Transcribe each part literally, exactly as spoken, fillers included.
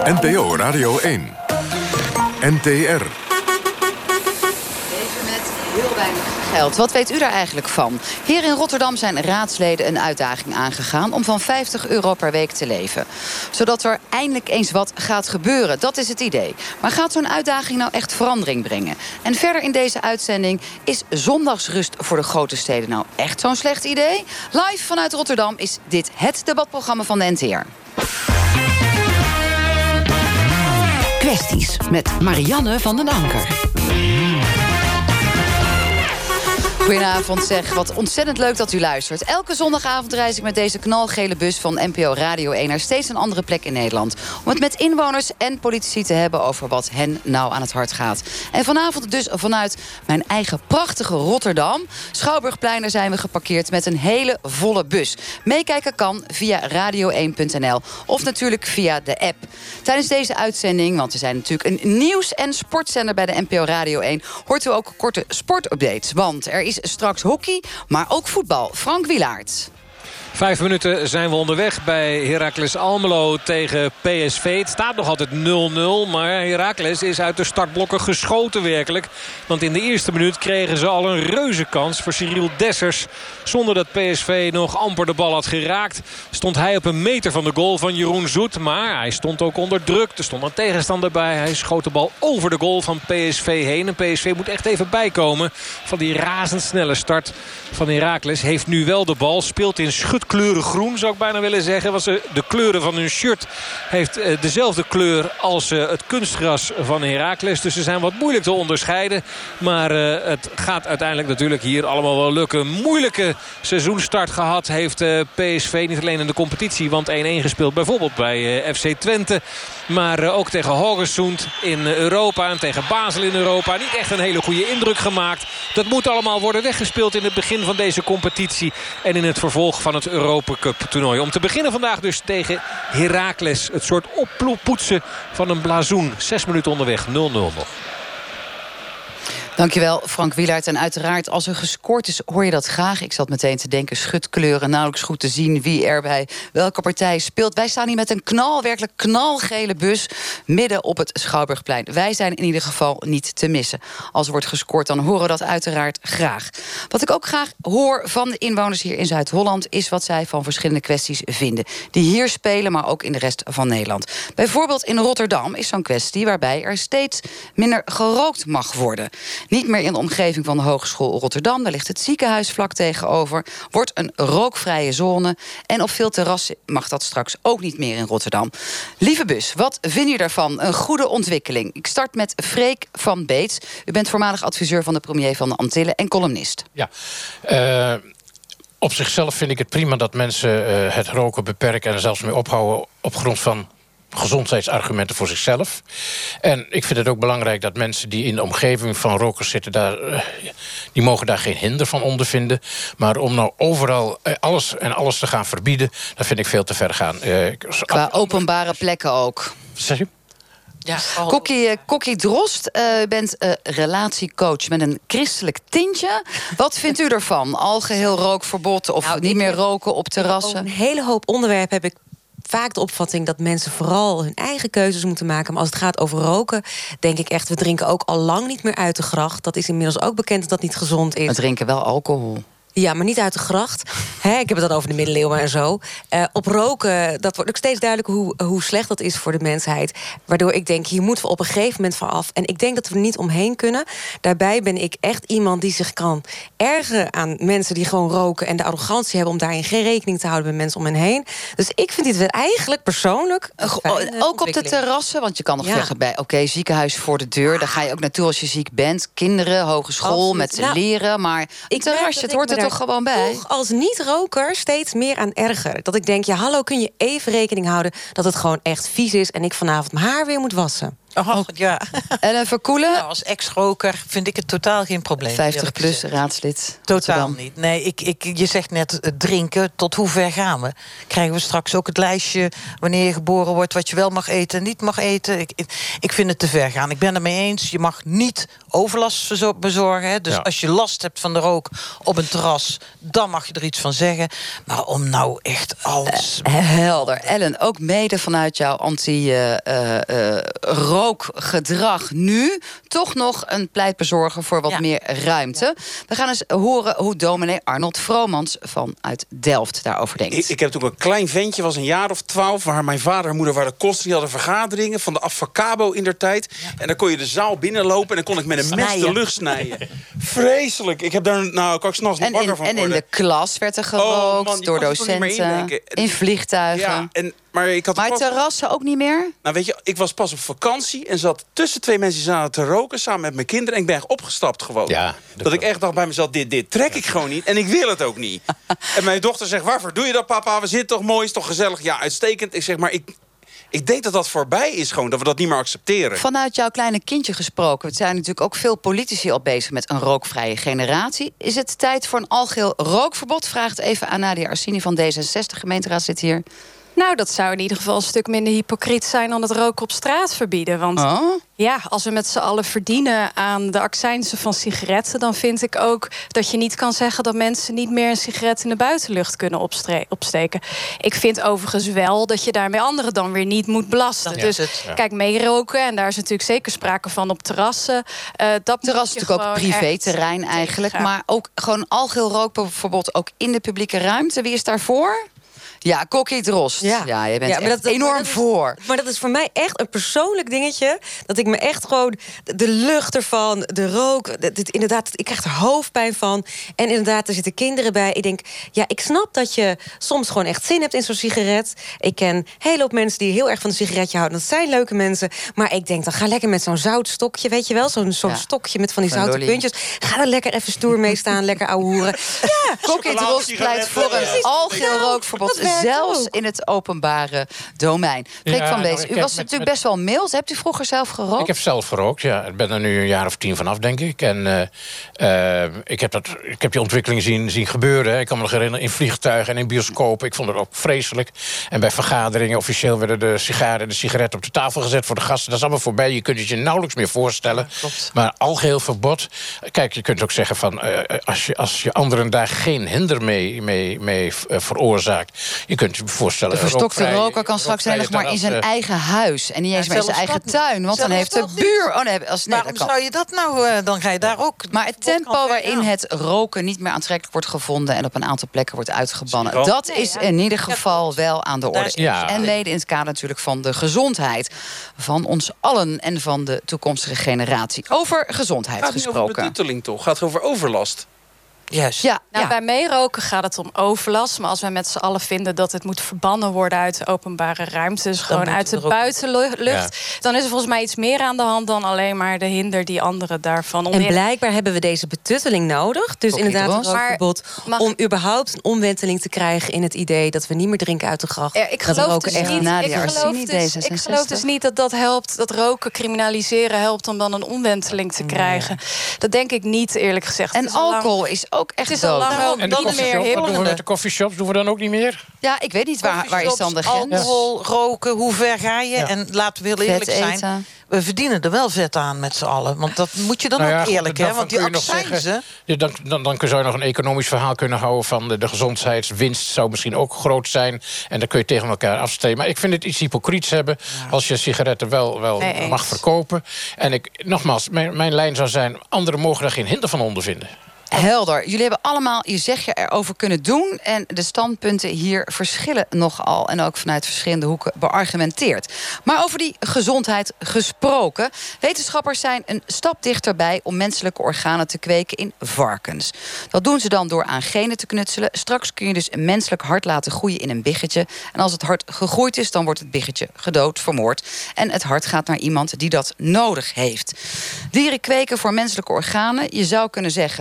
N P O Radio één. N T R. Heel weinig geld. Wat weet u daar eigenlijk van? Hier in Rotterdam zijn raadsleden een uitdaging aangegaan om van vijftig euro per week te leven. Zodat er eindelijk eens wat gaat gebeuren. Dat is het idee. Maar gaat zo'n uitdaging nou echt verandering brengen? En verder in deze uitzending, is zondagsrust voor de grote steden nou echt zo'n slecht idee? Live vanuit Rotterdam is dit het debatprogramma van de N T R. Kwesties met Marianne van den Anker. Goedenavond zeg, wat ontzettend leuk dat u luistert. Elke zondagavond reis ik met deze knalgele bus van N P O Radio één... naar steeds een andere plek in Nederland. Om het met inwoners en politici te hebben over wat hen nou aan het hart gaat. En vanavond dus vanuit mijn eigen prachtige Rotterdam. Schouwburgplein, daar zijn we geparkeerd met een hele volle bus. Meekijken kan via radio één punt n l of natuurlijk via de app. Tijdens deze uitzending, want we zijn natuurlijk een nieuws- en sportzender bij de N P O Radio één... hoort u ook korte sportupdates, want er is straks hockey, maar ook voetbal. Frank Wielaert. Vijf minuten zijn we onderweg bij Heracles Almelo tegen P S V. Het staat nog altijd nul nul, maar Heracles is uit de startblokken geschoten werkelijk. Want in de eerste minuut kregen ze al een reuze kans voor Cyril Dessers. Zonder dat P S V nog amper de bal had geraakt, stond hij op een meter van de goal van Jeroen Zoet. Maar hij stond ook onder druk. Er stond een tegenstander bij. Hij schoot de bal over de goal van P S V heen. En P S V moet echt even bijkomen van die razendsnelle start van Heracles. Heeft nu wel de bal, speelt in schutkleuren groen, zou ik bijna willen zeggen. Want de kleuren van hun shirt heeft dezelfde kleur als het kunstgras van Heracles. Dus ze zijn wat moeilijk te onderscheiden. Maar uh, het gaat uiteindelijk natuurlijk hier allemaal wel lukken. Moeilijke seizoenstart gehad heeft uh, P S V niet alleen in de competitie. Want één één gespeeld bijvoorbeeld bij uh, F C Twente. Maar uh, ook tegen Hogesund in Europa en tegen Basel in Europa. Niet echt een hele goede indruk gemaakt. Dat moet allemaal worden weggespeeld in het begin van deze competitie. En in het vervolg van het Europa Cup toernooi. Om te beginnen vandaag dus tegen Heracles. Het soort oppoetsen van een blazoen. Zes minuten onderweg, nul nul nog. Dankjewel, Frank Wielaert. En uiteraard, als er gescoord is, hoor je dat graag. Ik zat meteen te denken, schutkleuren, nauwelijks goed te zien wie er bij welke partij speelt. Wij staan hier met een knal, werkelijk knalgele bus midden op het Schouwburgplein. Wij zijn in ieder geval niet te missen. Als er wordt gescoord, dan horen we dat uiteraard graag. Wat ik ook graag hoor van de inwoners hier in Zuid-Holland is wat zij van verschillende kwesties vinden. Die hier spelen, maar ook in de rest van Nederland. Bijvoorbeeld in Rotterdam is zo'n kwestie waarbij er steeds minder gerookt mag worden. Niet meer in de omgeving van de Hogeschool Rotterdam. Daar ligt het ziekenhuis vlak tegenover. Wordt een rookvrije zone. En op veel terrassen mag dat straks ook niet meer in Rotterdam. Lieve bus, wat vind je daarvan? Een goede ontwikkeling. Ik start met Freek van Beets. U bent voormalig adviseur van de premier van de Antillen en columnist. Ja, uh... op zichzelf vind ik het prima dat mensen uh, het roken beperken en er zelfs mee ophouden op grond van gezondheidsargumenten voor zichzelf. En ik vind het ook belangrijk dat mensen die in de omgeving van rokers zitten, daar, uh, die mogen daar geen hinder van ondervinden. Maar om nou overal uh, alles en alles te gaan verbieden, dat vind ik veel te ver gaan. Uh, Qua openbare plekken ook. Zeg je? Ja, oh. Kokkie, uh, Kokkie Drost, uh, u bent uh, relatiecoach met een christelijk tintje. Wat vindt u ervan? Algeheel rookverbod of nou, niet meer roken op terrassen? Een hele hoop onderwerpen heb ik vaak de opvatting dat mensen vooral hun eigen keuzes moeten maken. Maar als het gaat over roken, denk ik echt, we drinken ook al lang niet meer uit de gracht. Dat is inmiddels ook bekend dat dat niet gezond is. We drinken wel alcohol. Ja, maar niet uit de gracht. He, ik heb het dan over de middeleeuwen en zo. Uh, op roken, dat wordt ook steeds duidelijker hoe, hoe slecht dat is voor de mensheid. Waardoor ik denk, hier moeten we op een gegeven moment van af. En ik denk dat we er niet omheen kunnen. Daarbij ben ik echt iemand die zich kan ergeren aan mensen die gewoon roken en de arrogantie hebben om daarin geen rekening te houden met mensen om hen heen. Dus ik vind dit wel eigenlijk persoonlijk Uh, ook op de terrassen, want je kan nog ja. zeggen bij oké, okay, ziekenhuis voor de deur. Daar ga je ook naartoe als je ziek bent. Kinderen, hogeschool, Absoluut. met nou, leren. Maar een terrasje, het hoort er toch gewoon bij. Toch als niet-roker steeds meer aan erger. Dat ik denk, ja hallo, kun je even rekening houden dat het gewoon echt vies is en ik vanavond mijn haar weer moet wassen. Oh, ja. En een verkoelen? Nou, als ex-roker vind ik het totaal geen probleem. vijftig plus raadslid. Totaal Rotterdam. niet. Nee, ik, ik, je zegt net uh, drinken. Tot hoe ver gaan we? Krijgen we straks ook het lijstje wanneer je geboren wordt, wat je wel mag eten en niet mag eten? Ik, ik, ik vind het te ver gaan. Ik ben het mee eens. Je mag niet overlast bezorgen. Hè? Dus Ja. als je last hebt van de rook op een terras, dan mag je er iets van zeggen. Maar om nou echt alles... Uh, helder. Ellen, ook mede vanuit jouw anti-rookgedrag uh, uh, nu toch nog een pleitbezorger voor wat Ja. meer ruimte. Ja. We gaan eens horen hoe dominee Arnold Vromans vanuit Delft daarover denkt. Ik, ik heb toen een klein ventje, was een jaar of twaalf, waar mijn vader en moeder waren kosten. Die hadden vergaderingen van de Avocabo in der tijd. Ja. En dan kon je de zaal binnenlopen en dan kon ik met een mes de lucht snijden. Vreselijk. Ik heb daar, nou, kan ik s'nachts nog wakker van worden. En in de klas werd er gerookt oh, man, door docenten, in vliegtuigen. Ja, en, maar ik had maar pas... terrassen ook niet meer? Nou, weet je, ik was pas op vakantie en zat tussen twee mensen die zaten te roken samen met mijn kinderen. En ik ben echt opgestapt gewoon. Ja, dat dat ik echt dacht bij mezelf, dit, dit trek ik gewoon niet. En ik wil het ook niet. En mijn dochter zegt, waarvoor doe je dat, papa? We zitten toch mooi, is toch gezellig? Ja, uitstekend. Ik zeg, maar ik... Ik denk dat dat voorbij is gewoon, dat we dat niet meer accepteren. Vanuit jouw kleine kindje gesproken, er zijn natuurlijk ook veel politici al bezig met een rookvrije generatie. Is het tijd voor een algeheel rookverbod? Vraagt even aan Nadia Arsini van D zesenzestig, gemeenteraadslid hier. Nou, dat zou in ieder geval een stuk minder hypocriet zijn dan het roken op straat verbieden. Want oh? ja, als we met z'n allen verdienen aan de accijnzen van sigaretten, dan vind ik ook dat je niet kan zeggen dat mensen niet meer een sigaret in de buitenlucht kunnen opsteken. Ik vind overigens wel dat je daarmee anderen dan weer niet moet belasten. Dat dus het, ja. Kijk, meeroken, en daar is natuurlijk zeker sprake van op terrassen. Uh, dat terras is natuurlijk ook privéterrein eigenlijk. Maar ook gewoon een algeheel rookverbod ook in de publieke ruimte. Wie is daarvoor? Ja, Kokkie Drost. Ja. ja, je bent ja, maar dat, enorm maar dat is, voor. Maar dat is voor mij echt een persoonlijk dingetje. Dat ik me echt gewoon... De lucht ervan, de rook... Dit, inderdaad, ik krijg er hoofdpijn van. En inderdaad, er zitten kinderen bij. Ik denk, ja, ik snap dat je soms gewoon echt zin hebt in zo'n sigaret. Ik ken een hele hoop mensen die heel erg van een sigaretje houden. Dat zijn leuke mensen. Maar ik denk, dan ga lekker met zo'n zoutstokje, weet je wel? Zo'n zo'n ja. stokje met van die zoute lolly. Puntjes. Ga er lekker even stoer mee staan, lekker ouwe hoeren. Ja, Kokkie Drost pleit voor een algeheel rookverbod. Zelfs in het openbare domein. Freek ja, van Bees, u was met, natuurlijk met... best wel mild. Hebt u vroeger zelf gerookt? Ik heb zelf gerookt, ja. Ik ben er nu een jaar of tien vanaf, denk ik. En uh, uh, ik, heb dat, ik heb die ontwikkeling zien, zien gebeuren. Hè. Ik kan me nog herinneren in vliegtuigen en in bioscopen. Ik vond het ook vreselijk. En bij vergaderingen officieel werden de sigaren en de sigaretten op de tafel gezet voor de gasten. Dat is allemaal voorbij. Je kunt het je nauwelijks meer voorstellen. Ja, maar algeheel verbod. Kijk, je kunt ook zeggen van uh, als, je, als je anderen daar geen hinder mee, mee, mee uh, veroorzaakt. Je kunt je voorstellen. De verstokte roker kan straks alleen nog maar in zijn uh, eigen huis. En niet eens ja, meer in zijn eigen tuin. Want dan heeft de buur... Oh, nee, als, nee, waarom zou je dat nou... Uh, dan ga je daar ook... Maar het tempo waarin het roken niet meer aantrekkelijk wordt gevonden... en op een aantal plekken wordt uitgebannen... Sigaret. dat is nee, in ieder geval wel aan de orde. Ja. En mede in het kader natuurlijk van de gezondheid. Van ons allen en van de toekomstige generatie. Over gezondheid gaat gesproken. Gaat niet over betutteling toch? Gaat over overlast. Juist. Ja, nou, ja. Bij meeroken gaat het om overlast. Maar als wij met z'n allen vinden dat het moet verbannen worden uit de openbare ruimte, dus gewoon uit de buitenlucht, ja. dan is er volgens mij iets meer aan de hand dan alleen maar de hinder die anderen daarvan En blijkbaar hebben we deze betutteling nodig. Dus Kokkie inderdaad een rookverbod om überhaupt een omwenteling te krijgen in het idee dat we niet meer drinken uit de gracht. Ja, ik geloof, dus, echt... niet, ik geloof dus, ik geloof dus niet dat dat helpt, dat roken criminaliseren helpt om dan een omwenteling te krijgen. Nee. Dat denk ik niet, eerlijk gezegd. En alcohol lang... is ook echt het is al lang ook en de niet meer hip. Wat doen we met de coffeeshops? Doen we dan ook niet meer? Ja, ik weet niet waar, waar is dan de grens. Alcohol, roken, hoe ver ga je? Ja. En laten we heel eerlijk vet zijn. Eten. We verdienen er wel vet aan met z'n allen. Want dat moet je dan nou ja, ook eerlijk hebben. Want die accijnzen... Ja, dan, dan, dan zou je nog een economisch verhaal kunnen houden van de, de gezondheidswinst zou misschien ook groot zijn. En dan kun je tegen elkaar afsteken. Maar ik vind het iets hypocriets hebben ja. als je sigaretten wel, wel nee, mag verkopen. En ik, nogmaals, mijn, mijn lijn zou zijn, anderen mogen daar geen hinder van ondervinden. Helder. Jullie hebben allemaal je zegje erover kunnen doen. En de standpunten hier verschillen nogal. En ook vanuit verschillende hoeken beargumenteerd. Maar over die gezondheid gesproken. Wetenschappers zijn een stap dichterbij om menselijke organen te kweken in varkens. Dat doen ze dan door aan genen te knutselen. Straks kun je dus een menselijk hart laten groeien in een biggetje. En als het hart gegroeid is, dan wordt het biggetje gedood, vermoord. En het hart gaat naar iemand die dat nodig heeft. Dieren kweken voor menselijke organen. Je zou kunnen zeggen een stap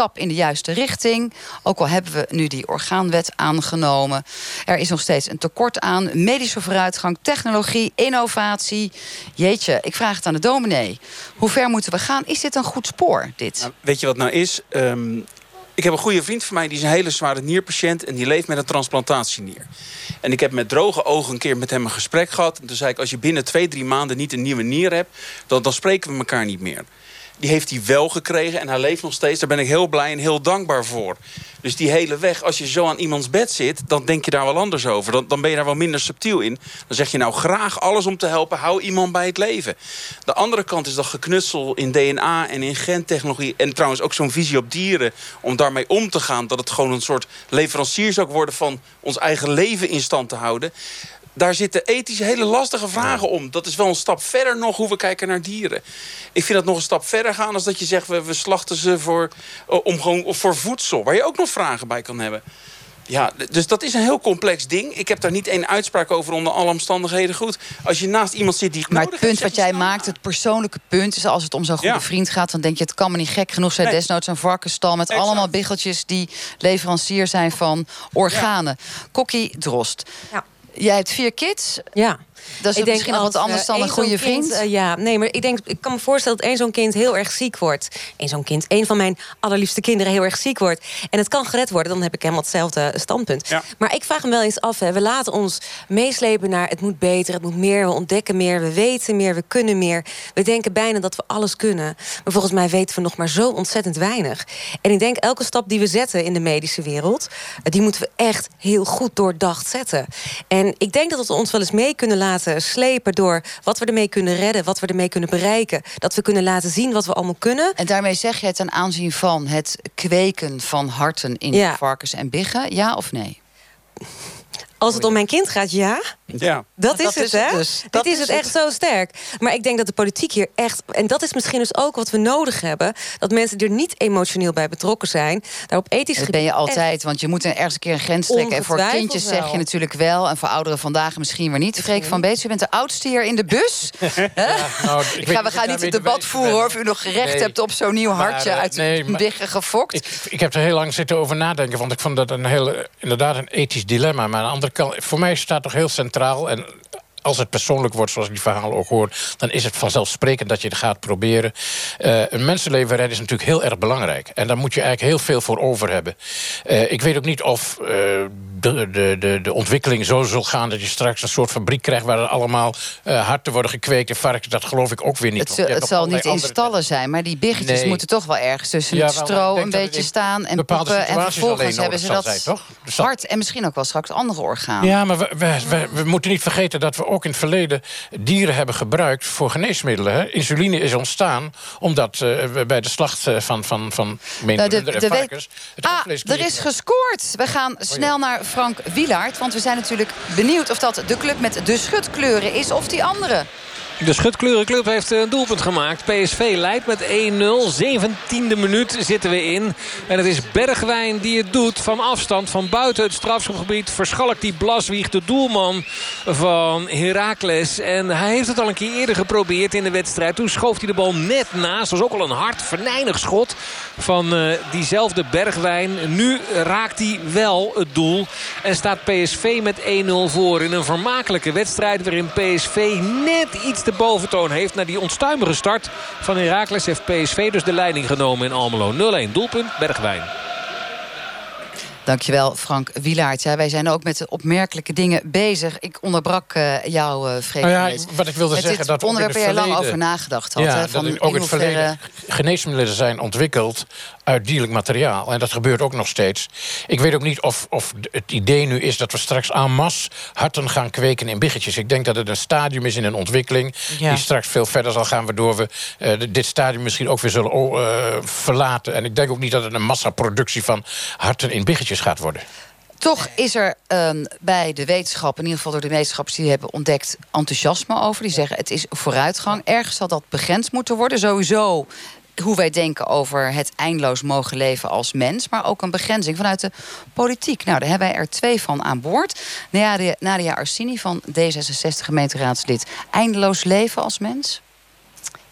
stap in de juiste richting. Ook al hebben we nu die orgaanwet aangenomen. Er is nog steeds een tekort aan medische vooruitgang, technologie, innovatie. Jeetje, ik vraag het aan de dominee. Hoe ver moeten we gaan? Is dit een goed spoor, dit? Nou, weet je wat nou is? Um, ik heb een goede vriend van mij, die is een hele zware nierpatiënt en die leeft met een transplantatienier. En ik heb met droge ogen een keer met hem een gesprek gehad. En toen zei ik, als je binnen twee, drie maanden niet een nieuwe nier hebt, dan, dan spreken we elkaar niet meer. Die heeft hij wel gekregen en hij leeft nog steeds. Daar ben ik heel blij en heel dankbaar voor. Dus die hele weg, als je zo aan iemands bed zit, dan denk je daar wel anders over. Dan, dan ben je daar wel minder subtiel in. Dan zeg je nou graag alles om te helpen, hou iemand bij het leven. De andere kant is dat geknutsel in D N A en in gentechnologie. En trouwens ook zo'n visie op dieren, om daarmee om te gaan. Dat het gewoon een soort leverancier zou worden van ons eigen leven in stand te houden. Daar zitten ethisch hele lastige vragen om. Dat is wel een stap verder nog hoe we kijken naar dieren. Ik vind dat nog een stap verder gaan als dat je zegt, we, we slachten ze voor, om gewoon, of voor voedsel. Waar je ook nog vragen bij kan hebben. Ja, dus dat is een heel complex ding. Ik heb daar niet één uitspraak over onder alle omstandigheden. Goed, als je naast iemand zit die Maar het punt wat jij maakt, het persoonlijke punt, is als het om zo'n goede ja. vriend gaat, dan denk je, het kan me niet gek genoeg zijn. Nee. Desnoods een varkenstal met exact. allemaal biggeltjes die leverancier zijn van organen. Ja. Kokkie Drost. Ja. Jij hebt vier kids. Ja. Dat is ik denk misschien nog wat anders dan een goede vriend. Kind, uh, ja, nee, maar ik denk, ik kan me voorstellen dat één zo'n kind heel erg ziek wordt. Eén zo'n kind, één van mijn allerliefste kinderen heel erg ziek wordt. En het kan gered worden, dan heb ik helemaal hetzelfde standpunt. Ja. Maar ik vraag hem wel eens af, hè. We laten ons meeslepen naar het moet beter, het moet meer, we ontdekken meer, we weten meer, we kunnen meer. We denken bijna dat we alles kunnen. Maar volgens mij weten we nog maar zo ontzettend weinig. En ik denk, elke stap die we zetten in de medische wereld, die moeten we echt heel goed doordacht zetten. En ik denk dat we ons wel eens mee kunnen laten slepen door wat we ermee kunnen redden, wat we ermee kunnen bereiken. Dat we kunnen laten zien wat we allemaal kunnen. En daarmee zeg je het ten aanzien van het kweken van harten in ja. varkens en biggen, ja of nee? Als het om mijn kind gaat, ja. Ja. Dat is dat het, is hè? Het dus. Dat is het echt zo sterk. Maar ik denk dat de politiek hier echt, en dat is misschien dus ook wat we nodig hebben, dat mensen er niet emotioneel bij betrokken zijn, daar op ethisch gebied. Dat ben je altijd, want je moet er ergens een keer een grens trekken. En voor kindjes wel. Zeg je natuurlijk wel, en voor ouderen vandaag misschien weer niet. Freek van Beets, u bent de oudste hier in de bus. ja, nou, ik ga, we gaan niet het debat voeren hoor, of u nog recht nee, hebt op zo'n nieuw hartje maar, uit nee, uw biggen gefokt. Ik, ik heb er heel lang zitten over nadenken, want ik vond dat een heel, inderdaad een ethisch dilemma. Maar aan de andere kant, voor mij staat toch heel centraal, en als het persoonlijk wordt, zoals ik die verhalen ook hoor, dan is het vanzelfsprekend dat je het gaat proberen. Uh, een mensenleven redden is natuurlijk heel erg belangrijk. En daar moet je eigenlijk heel veel voor over hebben. Uh, ik weet ook niet of uh, de, de, de, de ontwikkeling zo zal gaan dat je straks een soort fabriek krijgt waar er allemaal uh, harten worden gekweekt en varkens. Dat geloof ik ook weer niet. Het, het zal niet in stallen zijn, maar die biggetjes nee. moeten toch wel ergens tussen ja, het stro een beetje staan en poepen. En vervolgens hebben ze dat zijn, toch? Dus dat hart en misschien ook wel straks andere organen. Ja, maar we, we, we, we moeten niet vergeten dat we ook in het verleden dieren hebben gebruikt voor geneesmiddelen. Hè. Insuline is ontstaan omdat uh, we bij de slacht uh, van, van, van nou, de, de, de varkens het ah, er is gescoord. We gaan snel naar Frank Wielaert, want we zijn natuurlijk benieuwd of dat de club met de schutkleuren is of die andere. De Schutkleurenclub heeft een doelpunt gemaakt. P S V leidt met één nul. zeventiende minuut zitten we in. En het is Bergwijn die het doet van afstand. Van buiten het strafschopgebied verschalkt die Blaswieg, de doelman van Heracles. En hij heeft het al een keer eerder geprobeerd in de wedstrijd. Toen schoof hij de bal net naast. Dat was ook al een hard, venijnig schot van uh, diezelfde Bergwijn. Nu raakt hij wel het doel. En staat P S V met één nul voor in een vermakelijke wedstrijd waarin P S V net iets te boventoon heeft. Na die onstuimige start van Heracles heeft P S V dus de leiding genomen in Almelo. nul één doelpunt Bergwijn. Dankjewel, Frank Wielaert. Ja, wij zijn ook met opmerkelijke dingen bezig. Ik onderbrak uh, jou, uh, Freek. Nou ja, wat ik wilde met zeggen, dit dat onderwerp waar je lang over nagedacht had. Ja, hè, van dat ook in het verleden geneesmiddelen zijn ontwikkeld uit dierlijk materiaal. En dat gebeurt ook nog steeds. Ik weet ook niet of, of het idee nu is dat we straks en masse harten gaan kweken in biggetjes. Ik denk dat het een stadium is in een ontwikkeling ja. die straks veel verder zal gaan, waardoor we uh, dit stadium misschien ook weer zullen uh, verlaten. En ik denk ook niet dat het een massaproductie van harten in biggetjes gaat worden. Toch is er um, bij de wetenschap, in ieder geval door de wetenschappers die hebben ontdekt, enthousiasme over. Die zeggen het is vooruitgang. Ergens zal dat begrensd moeten worden. Sowieso hoe wij denken over het eindeloos mogen leven als mens, maar ook een begrenzing vanuit de politiek. Nou, daar hebben wij er twee van aan boord. Nadia, Nadia Arsini van D zesenzestig gemeenteraadslid. Eindeloos leven als mens?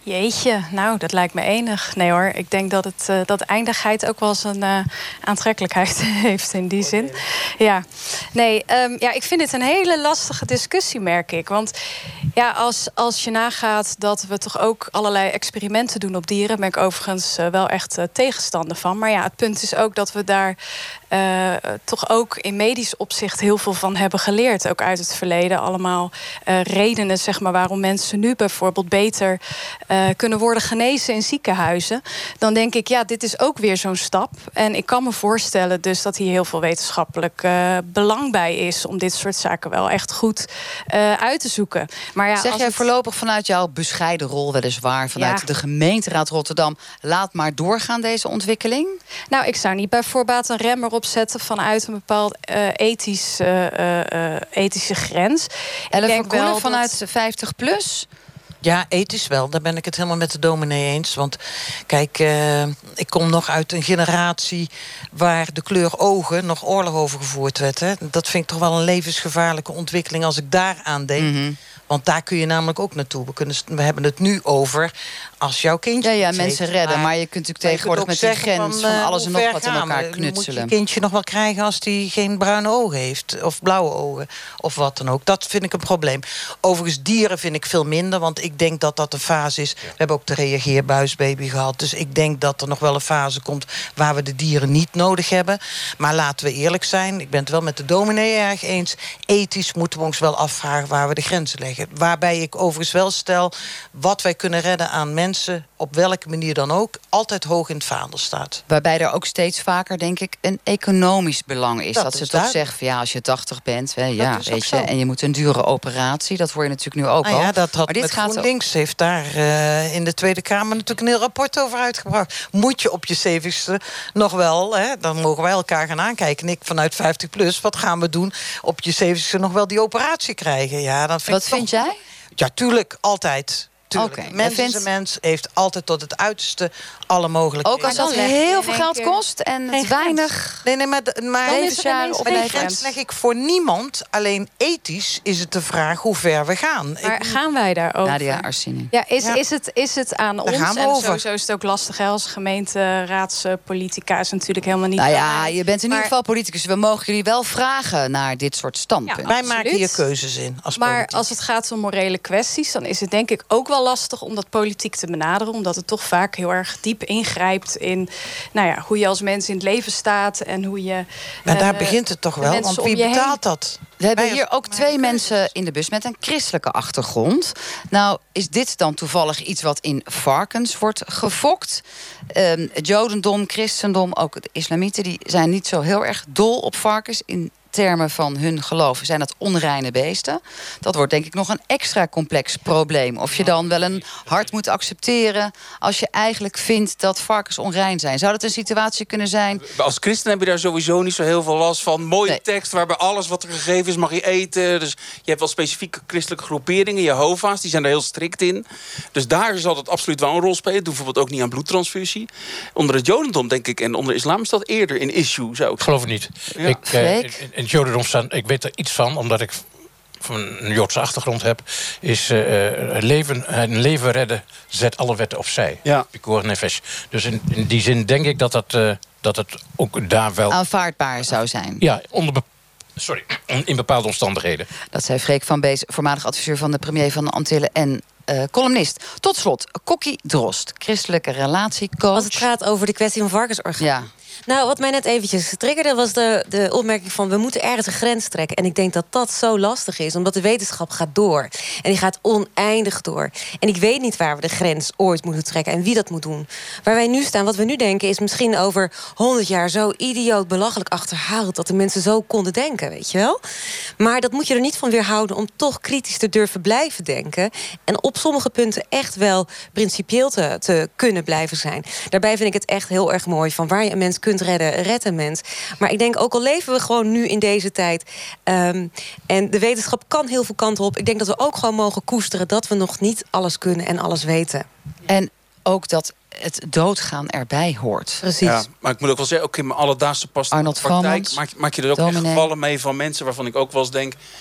Jeetje, nou, dat lijkt me enig. Nee hoor, ik denk dat, het, uh, dat eindigheid ook wel eens een uh, aantrekkelijkheid heeft in die zin. Ja, nee, um, ja, ik vind dit een hele lastige discussie, merk ik. Want ja, als, als je nagaat dat we toch ook allerlei experimenten doen op dieren, ben ik overigens uh, wel echt uh, tegenstander van. Maar ja, het punt is ook dat we daar uh, toch ook in medisch opzicht heel veel van hebben geleerd. Ook uit het verleden. Allemaal uh, redenen, zeg maar, waarom mensen nu bijvoorbeeld beter uh, kunnen worden genezen in ziekenhuizen. Dan denk ik, ja, dit is ook weer zo'n stap. En ik kan me voorstellen dus dat hier heel veel wetenschappelijk uh, belang bij is om dit soort zaken wel echt goed uh, uit te zoeken. Maar ja, zeg als jij het... voorlopig vanuit jouw bescheiden rol weliswaar, vanuit Ja. de gemeenteraad Rotterdam, laat maar doorgaan deze ontwikkeling? Nou, ik zou niet bij voorbaat een rem erop zetten vanuit een bepaald uh, ethisch, uh, uh, ethische grens. Ellen Ik van denk wel Koelen dat- vanuit vijftig plus? Ja, ethisch wel. Daar ben ik het helemaal met de dominee eens. Want kijk, uh, ik kom nog uit een generatie waar de kleur ogen nog oorlog over gevoerd werd. Hè. Dat vind ik toch wel een levensgevaarlijke ontwikkeling als ik daaraan denk. Mm-hmm. Want daar kun je namelijk ook naartoe. We, kunnen, we hebben het nu over als jouw kindje. Ja, ja, iets mensen heeft. redden. Maar je kunt natuurlijk maar je tegenwoordig kunt met ook die zeggen grens van, uh, alles en hoe nog ver wat in gaan elkaar we? knutselen. Moet je kindje nog wel krijgen als die geen bruine ogen heeft? Of blauwe ogen? Of wat dan ook. Dat vind ik een probleem. Overigens, dieren vind ik veel minder. Want ik denk dat dat een fase is. We hebben ook de reageerbuisbaby gehad. Dus ik denk dat er nog wel een fase komt waar we de dieren niet nodig hebben. Maar laten we eerlijk zijn. Ik ben het wel met de dominee erg eens. Ethisch moeten we ons wel afvragen waar we de grenzen leggen. Waarbij ik overigens wel stel, wat wij kunnen redden aan mensen, op welke manier dan ook, altijd hoog in het vaandel staat. Waarbij er ook steeds vaker, denk ik, een economisch belang is. Dat Dat, is ze toch duidelijk. zeggen, van, ja, als je tachtig bent, hè, ja, is ook weet je, zo. en je moet een dure operatie. Dat hoor je natuurlijk nu ook Nou al. ja, dat had maar dit met gaat GroenLinks heeft daar uh, in de Tweede Kamer natuurlijk een heel rapport over uitgebracht. Moet je op je zeventigste nog wel, hè, dan mogen wij elkaar gaan aankijken. En ik vanuit vijftig plus, wat gaan we doen? Op je zeventigste nog wel die operatie krijgen? Ja, dan vind Wat ik toch- vind jij? Ja, tuurlijk, altijd. Tuurlijk. Oké, Mens jij is vindt- een mens, heeft altijd tot het uiterste alle mogelijkheden. Ook als dat dan leg je heel in veel één geld keer kost en geen het weinig. Nee, nee, maar, de- maar Dan is er levensjaren ineens op geen een die grens. grens leg ik voor niemand. Alleen ethisch is het de vraag hoe ver we gaan. Maar Ik- gaan wij daarover? Nadia Arsini. Ja, is, Ja. Is, het, is het aan ons? gaan we en over. sowieso is het ook lastig, hè, als gemeenteraadspolitica is natuurlijk helemaal niet... Nou aan ja, mij. je bent in Maar- ieder geval politicus. We mogen jullie wel vragen naar dit soort standpunten. Ja, wij absoluut. maken hier keuzes in als Maar politiek. als het gaat om morele kwesties, dan is het denk ik ook wel lastig om dat politiek te benaderen. Omdat het toch vaak heel erg diep ingrijpt in nou ja, hoe je als mens in het leven staat en hoe je. Maar daar eh, begint het toch de wel, mensen want om wie je heen- betaalt dat? We hebben Wij hier als- ook twee mensen in de bus met een christelijke achtergrond. Nou, is dit dan toevallig iets wat in varkens wordt gefokt? Um, het jodendom, christendom, ook de islamieten, die zijn niet zo heel erg dol op varkens. In termen van hun geloof zijn dat onreine beesten. Dat wordt denk ik nog een extra complex probleem. Of je dan wel een hart moet accepteren als je eigenlijk vindt dat varkens onrein zijn. Zou dat een situatie kunnen zijn? Als christen heb je daar sowieso niet zo heel veel last van. Mooie Nee. tekst waarbij alles wat er gegeven is mag je eten. Dus je hebt wel specifieke christelijke groeperingen. Jehovah's, die zijn er heel strikt in. Dus daar zal dat absoluut wel een rol spelen. Doe bijvoorbeeld ook niet aan bloedtransfusie. Onder het jodendom, denk ik, en onder de islam is dat eerder een issue. Zou ik Ik geloof het niet. Ja. Ik, eh, Freek? in, in het jodendom staan, ik weet er iets van, omdat ik van een Joodse achtergrond heb, is uh, een, leven, een leven redden zet alle wetten opzij. Ja. Pikor nefesh. Dus in, in die zin denk ik dat, dat, uh, dat het ook daar wel... Aanvaardbaar zou zijn. Ja, onder be- sorry, in bepaalde omstandigheden. Dat zei Freek van Bees, voormalig adviseur van de premier van de Antillen en uh, columnist. Tot slot, Kokkie Drost, christelijke relatiecoach. Als het gaat over de kwestie van varkensorgaan. Ja. Nou, wat mij net eventjes triggerde was de, de opmerking van we moeten ergens een grens trekken. En ik denk dat dat zo lastig is, omdat de wetenschap gaat door. En die gaat oneindig door. En ik weet niet waar we de grens ooit moeten trekken en wie dat moet doen. Waar wij nu staan, wat we nu denken, is misschien over honderd jaar zo idioot belachelijk achterhaald dat de mensen zo konden denken, weet je wel? Maar dat moet je er niet van weerhouden om toch kritisch te durven blijven denken. En op sommige punten echt wel principieel te, te kunnen blijven zijn. Daarbij vind ik het echt heel erg mooi van waar je een mens kunt redden, red een mens. Maar ik denk ook al leven we gewoon nu in deze tijd. Um, en de wetenschap kan heel veel kanten op. Ik denk dat we ook gewoon mogen koesteren dat we nog niet alles kunnen en alles weten. En ook dat het doodgaan erbij hoort. Precies. Ja, maar ik moet ook wel zeggen, ook in mijn alledaagse pas- Arnold praktijk Vromans, maak, maak je er ook echt dominee. gevallen mee van mensen waarvan ik ook wel eens denk,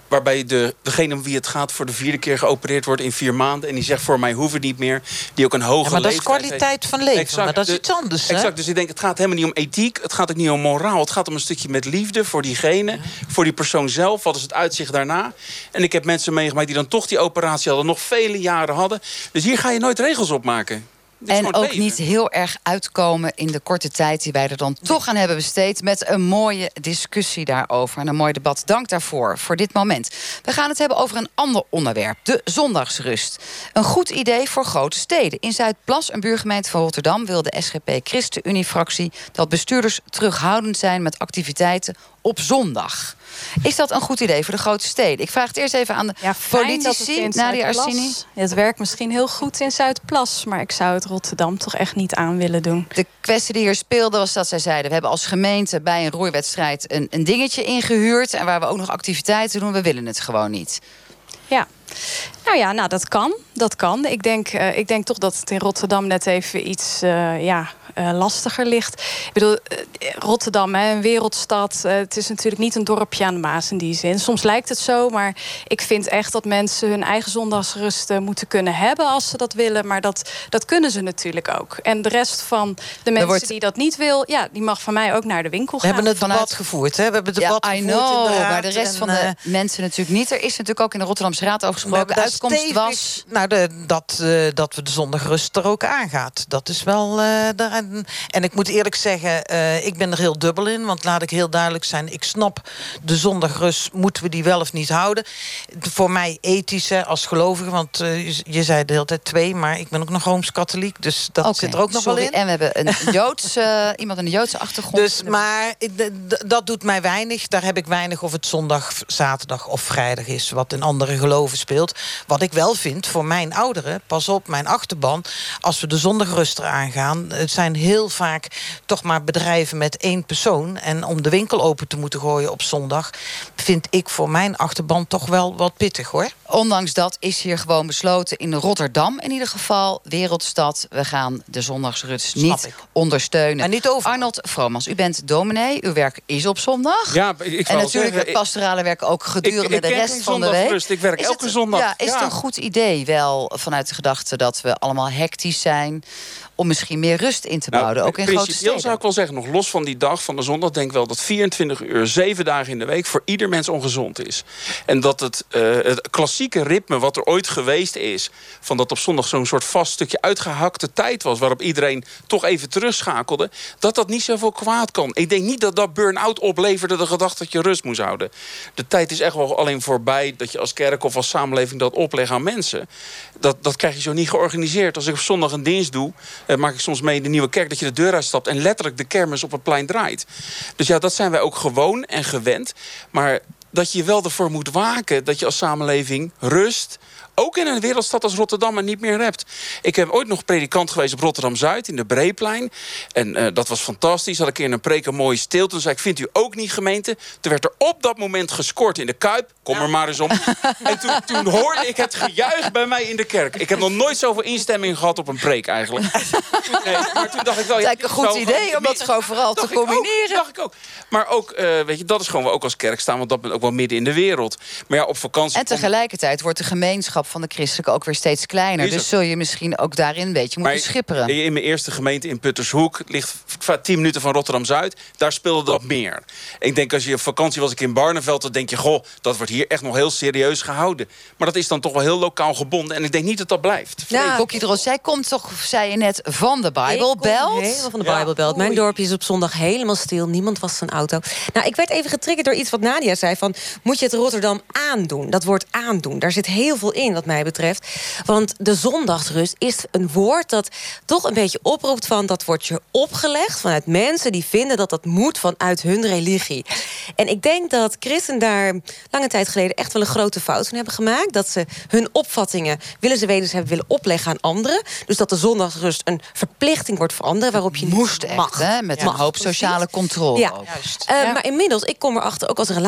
waarbij de, degene om wie het gaat voor de vierde keer geopereerd wordt in vier maanden. En die zegt, voor mij hoeft het niet meer. Die ook een hoge ja, maar dat is leeftijd kwaliteit heeft. van leven. Exact, maar dat is de, iets anders. Exact, hè? dus ik denk, het gaat helemaal niet om ethiek. Het gaat ook niet om moraal. Het gaat om een stukje met liefde voor diegene. Ja. Voor die persoon zelf. Wat is het uitzicht daarna? En ik heb mensen meegemaakt die dan toch die operatie hadden. Nog vele jaren hadden. Dus hier ga je nooit regels op maken. En ook leven. Niet heel erg uitkomen in de korte tijd die wij er dan toch aan hebben besteed, met een mooie discussie daarover en een mooi debat. Dank daarvoor, voor dit moment. We gaan het hebben over een ander onderwerp, de zondagsrust. Een goed idee voor grote steden. In Zuidplas, een buurgemeente van Rotterdam, wil de S G P-ChristenUnie-fractie dat bestuurders terughoudend zijn met activiteiten op zondag. Is dat een goed idee voor de grote steden? Ik vraag het eerst even aan de ja, politici, Nadia Arsini. Het werkt misschien heel goed in Zuidplas, maar ik zou het Rotterdam toch echt niet aan willen doen. De kwestie die hier speelde was dat zij zeiden, we hebben als gemeente bij een roeiwedstrijd een, een dingetje ingehuurd en waar we ook nog activiteiten doen, we willen het gewoon niet. Ja. Nou ja, nou, dat kan. Dat kan. Ik denk, uh, ik denk toch dat het in Rotterdam net even iets uh, ja, uh, lastiger ligt. Ik bedoel, uh, Rotterdam, hè, een wereldstad. Uh, het is natuurlijk niet een dorpje aan de Maas in die zin. Soms lijkt het zo, maar ik vind echt dat mensen hun eigen zondagsrust uh, moeten kunnen hebben als ze dat willen. Maar dat, dat kunnen ze natuurlijk ook. En de rest van de mensen wordt... die dat niet wil, ja, die mag van mij ook naar de winkel gaan. We hebben het debat Vanuit... gevoerd, hè? We hebben het debat ja, I gevoerd know, in de raad. Maar de rest en, van de uh, mensen natuurlijk niet. Er is natuurlijk ook in de Rotterdamse Raad over gesproken. De uitkomst stevig, was... Nou, de, dat, uh, dat we de zondagrust er ook aangaat. Dat is wel... Uh, daar, en, en ik moet eerlijk zeggen, uh, ik ben er heel dubbel in. Want laat ik heel duidelijk zijn, ik snap de zondagrust, moeten we die wel of niet houden? Voor mij ethisch, hè, als gelovige, want uh, je, je zei de hele tijd twee, maar ik ben ook nog Rooms-katholiek, dus dat okay, zit er ook nog sorry. wel in. En we hebben een Joods, uh, iemand een Joodse achtergrond. Dus, maar dat doet mij weinig. Daar heb ik weinig of het zondag, zaterdag of vrijdag is, wat in andere geloven speelt. Wat ik wel vind, voor mijn ouderen, pas op, mijn achterban, als we de zondagrust eraan gaan, het zijn heel vaak toch maar bedrijven met één persoon. En om de winkel open te moeten gooien op zondag, vind ik voor mijn achterban toch wel wat pittig, hoor. Ondanks dat is hier gewoon besloten in Rotterdam in ieder geval, wereldstad, we gaan de zondagsrust niet ik. ondersteunen. En niet over. Arnold Vromans, u bent dominee, uw werk is op zondag. Ja, ik en natuurlijk zeggen, het pastorale werk ook gedurende ik, ik de rest van de week. Ik werk is elke het, zondag. Ja, is ja. het een goed idee wel vanuit de gedachte dat we allemaal hectisch zijn, om misschien meer rust in te bouwen, nou, ook in grote steden? Zou ik wel zeggen, nog los van die dag van de zondag, denk ik wel dat vierentwintig uur, zeven dagen in de week voor ieder mens ongezond is. En dat het, uh, het klassieke ritme wat er ooit geweest is, van dat op zondag zo'n soort vast stukje uitgehakte tijd was, waarop iedereen toch even terugschakelde, dat dat niet zoveel kwaad kan. Ik denk niet dat dat burn-out opleverde de gedachte dat je rust moest houden. De tijd is echt wel alleen voorbij dat je als kerk of als samenleving dat oplegt aan mensen. Dat, dat krijg je zo niet georganiseerd. Als ik op zondag een dienst doe, eh, maak ik soms mee in de Nieuwe Kerk dat je de deur uitstapt en letterlijk de kermis op het plein draait. Dus ja, dat zijn wij ook gewoon en gewend. Maar dat je wel ervoor moet waken dat je als samenleving rust, ook in een wereldstad als Rotterdam, en niet meer hebt. Ik heb ooit nog predikant geweest op Rotterdam-Zuid, in de Breeplein. En uh, dat was fantastisch. Had ik in een preek een mooie stilte. Toen zei ik, vindt u ook niet, gemeente? Toen werd er op dat moment gescoord in de Kuip. Kom er maar eens om. En toen, toen hoorde ik het gejuich bij mij in de kerk. Ik heb nog nooit zoveel instemming gehad op een preek, eigenlijk. Nee, maar toen dacht ik wel, het is eigenlijk een goed idee om dat gewoon vooral te combineren. Dat dacht ik ook. Maar ook, uh, weet je, dat is gewoon we ook als kerk staan, want dat ben ook wel midden in de wereld. Maar ja, op vakantie. En tegelijkertijd wordt de gemeenschap van de christelijke ook weer steeds kleiner. Dus zul je misschien ook daarin een beetje moeten maar schipperen. In mijn eerste gemeente in Puttershoek ligt tien minuten van Rotterdam-Zuid. Daar speelde dat meer. Ik denk als je op vakantie was ik in Barneveld, dan denk je, goh, dat wordt hier echt nog heel serieus gehouden. Maar dat is dan toch wel heel lokaal gebonden. En ik denk niet dat dat blijft. Ja, Kokkie Dros, jij komt toch, zei je net, van de Bijbelbelt? Helemaal van de ja. Bijbelbelt. Mijn dorpje is op zondag helemaal stil. Niemand was zijn auto. Nou, ik werd even getriggerd door iets wat Nadia zei van, moet je het Rotterdam aandoen? Dat woord aandoen, daar zit heel veel in wat mij betreft. Want de zondagsrust is een woord dat toch een beetje oproept van, dat wordt je opgelegd vanuit mensen die vinden dat dat moet vanuit hun religie. En ik denk dat christen daar lange tijd geleden echt wel een grote fout van hebben gemaakt. Dat ze hun opvattingen willen ze weten, ze hebben willen opleggen aan anderen. Dus dat de zondagsrust een verplichting wordt voor anderen waarop je moest echt, mag. Hè, met ja. een hoop sociale controle. Ja. Uh, ja. Maar inmiddels, ik kom erachter ook als relatiecoach,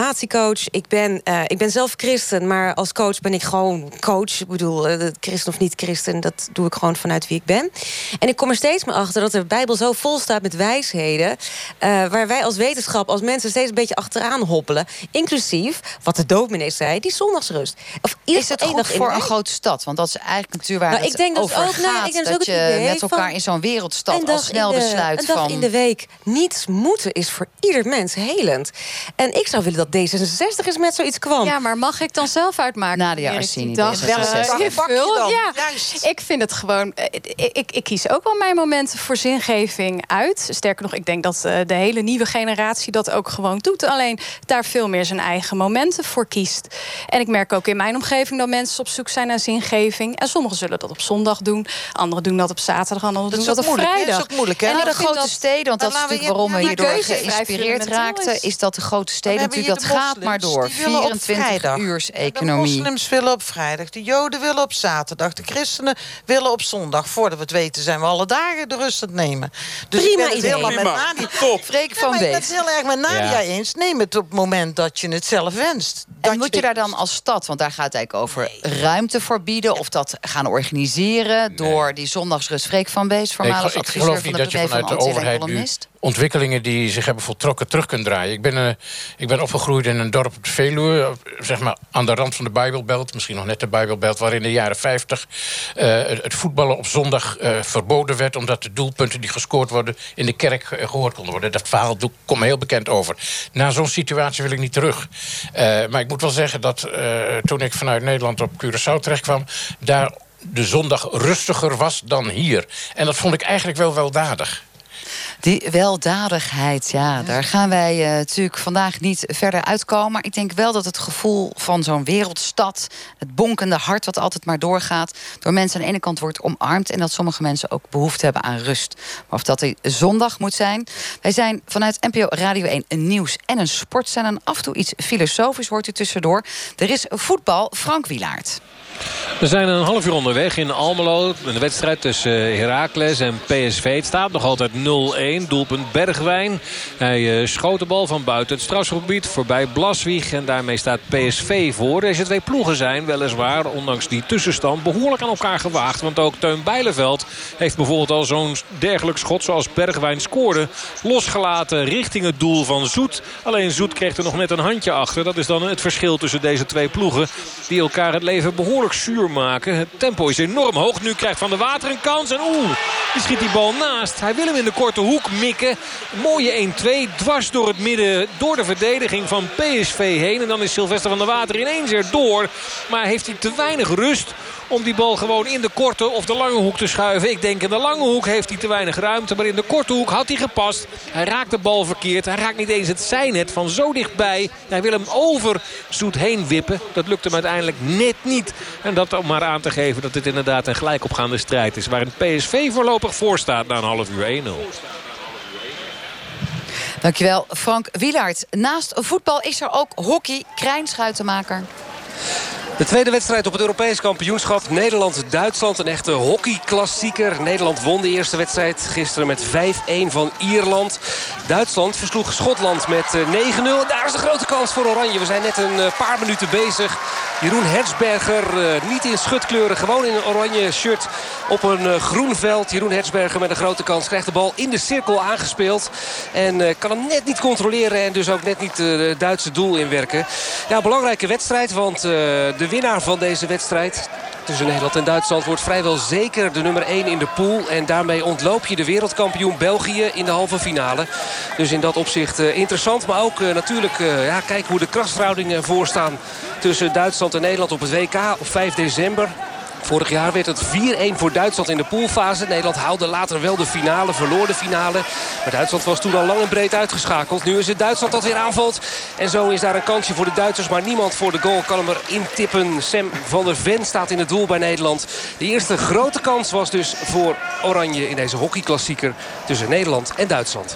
coach. Ik ben, uh, ik ben zelf christen, maar als coach ben ik gewoon coach. Ik bedoel, uh, christen of niet christen, dat doe ik gewoon vanuit wie ik ben. En ik kom er steeds meer achter dat de Bijbel zo vol staat met wijsheden, Uh, waar wij als wetenschap, als mensen steeds een beetje achteraan hobbelen. Inclusief, wat de dominee zei, die zondagsrust. Of is het goed voor een grote stad? Want dat is eigenlijk natuurlijk waar nou, het ik denk over dat ook, gaat. Nou, ik denk dat, dat je met elkaar van, in zo'n wereldstad al snel de, besluit een dag van... in de week niets moeten is voor ieder mens helend. En ik zou willen dat D zesenzestig eens met zoiets kwam. Ja, maar mag ik dan zelf uitmaken? Nadia Arsini, dag, D zesenzestig. uh, ja, ik vind het gewoon... Ik, ik, ik kies ook wel mijn momenten voor zingeving uit. Sterker nog, ik denk dat uh, de hele nieuwe generatie dat ook gewoon doet. Alleen daar veel meer zijn eigen momenten voor kiest. En ik merk ook in mijn omgeving dat mensen op zoek zijn naar zingeving. En sommigen zullen dat op zondag doen. Anderen doen dat op zaterdag. Anderen doen dat op vrijdag. Dat is ook moeilijk, hè? En de grote dat, steden, want dat is natuurlijk waarom we hierdoor geïnspireerd raakten, is. is dat de grote steden natuurlijk, dat gaat maar door. vierentwintig uurs economie. De moslims willen op vrijdag, de joden willen op zaterdag, de christenen willen op zondag. Voordat we het weten zijn we alle dagen de rust aan het nemen. Dus prima ik ben het idee. helemaal met Nadia. Top. Freek van nee, Beest. Ik ben het heel erg met Nadia ja. eens. Neem het op het moment dat je het zelf wenst. Dat en moet je, je daar dan als stad, want daar gaat het eigenlijk over nee. ruimte voor bieden, of dat gaan organiseren nee. door die zondagsrust. Freek van Beest, voormalig nee, ik, ik adviseur van de dat je vanuit de overheid nu ontwikkelingen die zich hebben voltrokken terug kunt draaien. Ik ben, uh, ik ben opgegroeid in een dorp op de Veluwe, zeg maar aan de rand van de Bijbelbelt, misschien nog net de Bijbelbelt, waar in de jaren vijftig uh, het voetballen op zondag uh, verboden werd, omdat de doelpunten die gescoord worden in de kerk uh, gehoord konden worden. Dat verhaal komt me heel bekend over. Na zo'n situatie wil ik niet terug. Uh, maar ik moet wel zeggen dat uh, toen ik vanuit Nederland op Curaçao terechtkwam, daar de zondag rustiger was dan hier. En dat vond ik eigenlijk wel weldadig. Die weldadigheid, ja, ja. daar gaan wij uh, natuurlijk vandaag niet verder uitkomen. Maar ik denk wel dat het gevoel van zo'n wereldstad, het bonkende hart wat altijd maar doorgaat, door mensen aan de ene kant wordt omarmd en dat sommige mensen ook behoefte hebben aan rust. Maar of dat die zondag moet zijn. Wij zijn vanuit N P O Radio één een nieuws en een sport zijn en af en toe iets filosofisch hoort u tussendoor. Er is voetbal, Frank Wielaert. We zijn een half uur onderweg in Almelo. Een wedstrijd tussen Heracles en P S V. Het staat nog altijd nul één. Doelpunt Bergwijn. Hij uh, schoot de bal van buiten het strafschopgebied voorbij Blaswieg. En daarmee staat P S V voor. Deze twee ploegen zijn weliswaar, ondanks die tussenstand, behoorlijk aan elkaar gewaagd. Want ook Teun Bijleveld heeft bijvoorbeeld al zo'n dergelijk schot zoals Bergwijn scoorde losgelaten richting het doel van Zoet. Alleen Zoet kreeg er nog net een handje achter. Dat is dan het verschil tussen deze twee ploegen die elkaar het leven behoorlijk zuur maken. Het tempo is enorm hoog. Nu krijgt Van der Water een kans. En oeh, die schiet die bal naast. Hij wil hem in de korte hoek mikken. Mooie één twee. Dwars door het midden. Door de verdediging van P S V heen. En dan is Sylvester van der Water ineens erdoor. Maar heeft hij te weinig rust om die bal gewoon in de korte of de lange hoek te schuiven. Ik denk in de lange hoek heeft hij te weinig ruimte. Maar in de korte hoek had hij gepast. Hij raakt de bal verkeerd. Hij raakt niet eens het zijnet van zo dichtbij. Hij wil hem over Zoet heen wippen. Dat lukt hem uiteindelijk net niet. En dat om maar aan te geven dat dit inderdaad een gelijkopgaande strijd is. Waarin P S V voorlopig voor staat na een half uur één nul. Dankjewel, Frank Wielaert. Naast voetbal is er ook hockey. Krijn Schuitenmaker. De tweede wedstrijd op het Europees kampioenschap. Nederland-Duitsland, een echte hockeyklassieker. Nederland won de eerste wedstrijd gisteren met vijf één van Ierland. Duitsland versloeg Schotland met negen nul. Daar is de grote kans voor Oranje. We zijn net een paar minuten bezig. Jeroen Hertzberger, niet in schutkleuren, gewoon in een oranje shirt op een groen veld. Jeroen Hertzberger met een grote kans krijgt de bal in de cirkel aangespeeld. En kan hem net niet controleren en dus ook net niet het Duitse doel inwerken. Ja, belangrijke wedstrijd, want de De winnaar van deze wedstrijd tussen Nederland en Duitsland wordt vrijwel zeker de nummer één in de pool. En daarmee ontloop je de wereldkampioen België in de halve finale. Dus in dat opzicht uh, interessant. Maar ook uh, natuurlijk uh, ja, kijken hoe de krachtsverhoudingen ervoor staan tussen Duitsland en Nederland op het W K op vijf december. Vorig jaar werd het vier één voor Duitsland in de poolfase. Nederland haalde later wel de finale, verloor de finale. Maar Duitsland was toen al lang en breed uitgeschakeld. Nu is het Duitsland dat weer aanvalt. En zo is daar een kansje voor de Duitsers. Maar niemand voor de goal kan hem erin tippen. Sam van der Ven staat in het doel bij Nederland. De eerste grote kans was dus voor Oranje in deze hockeyklassieker tussen Nederland en Duitsland.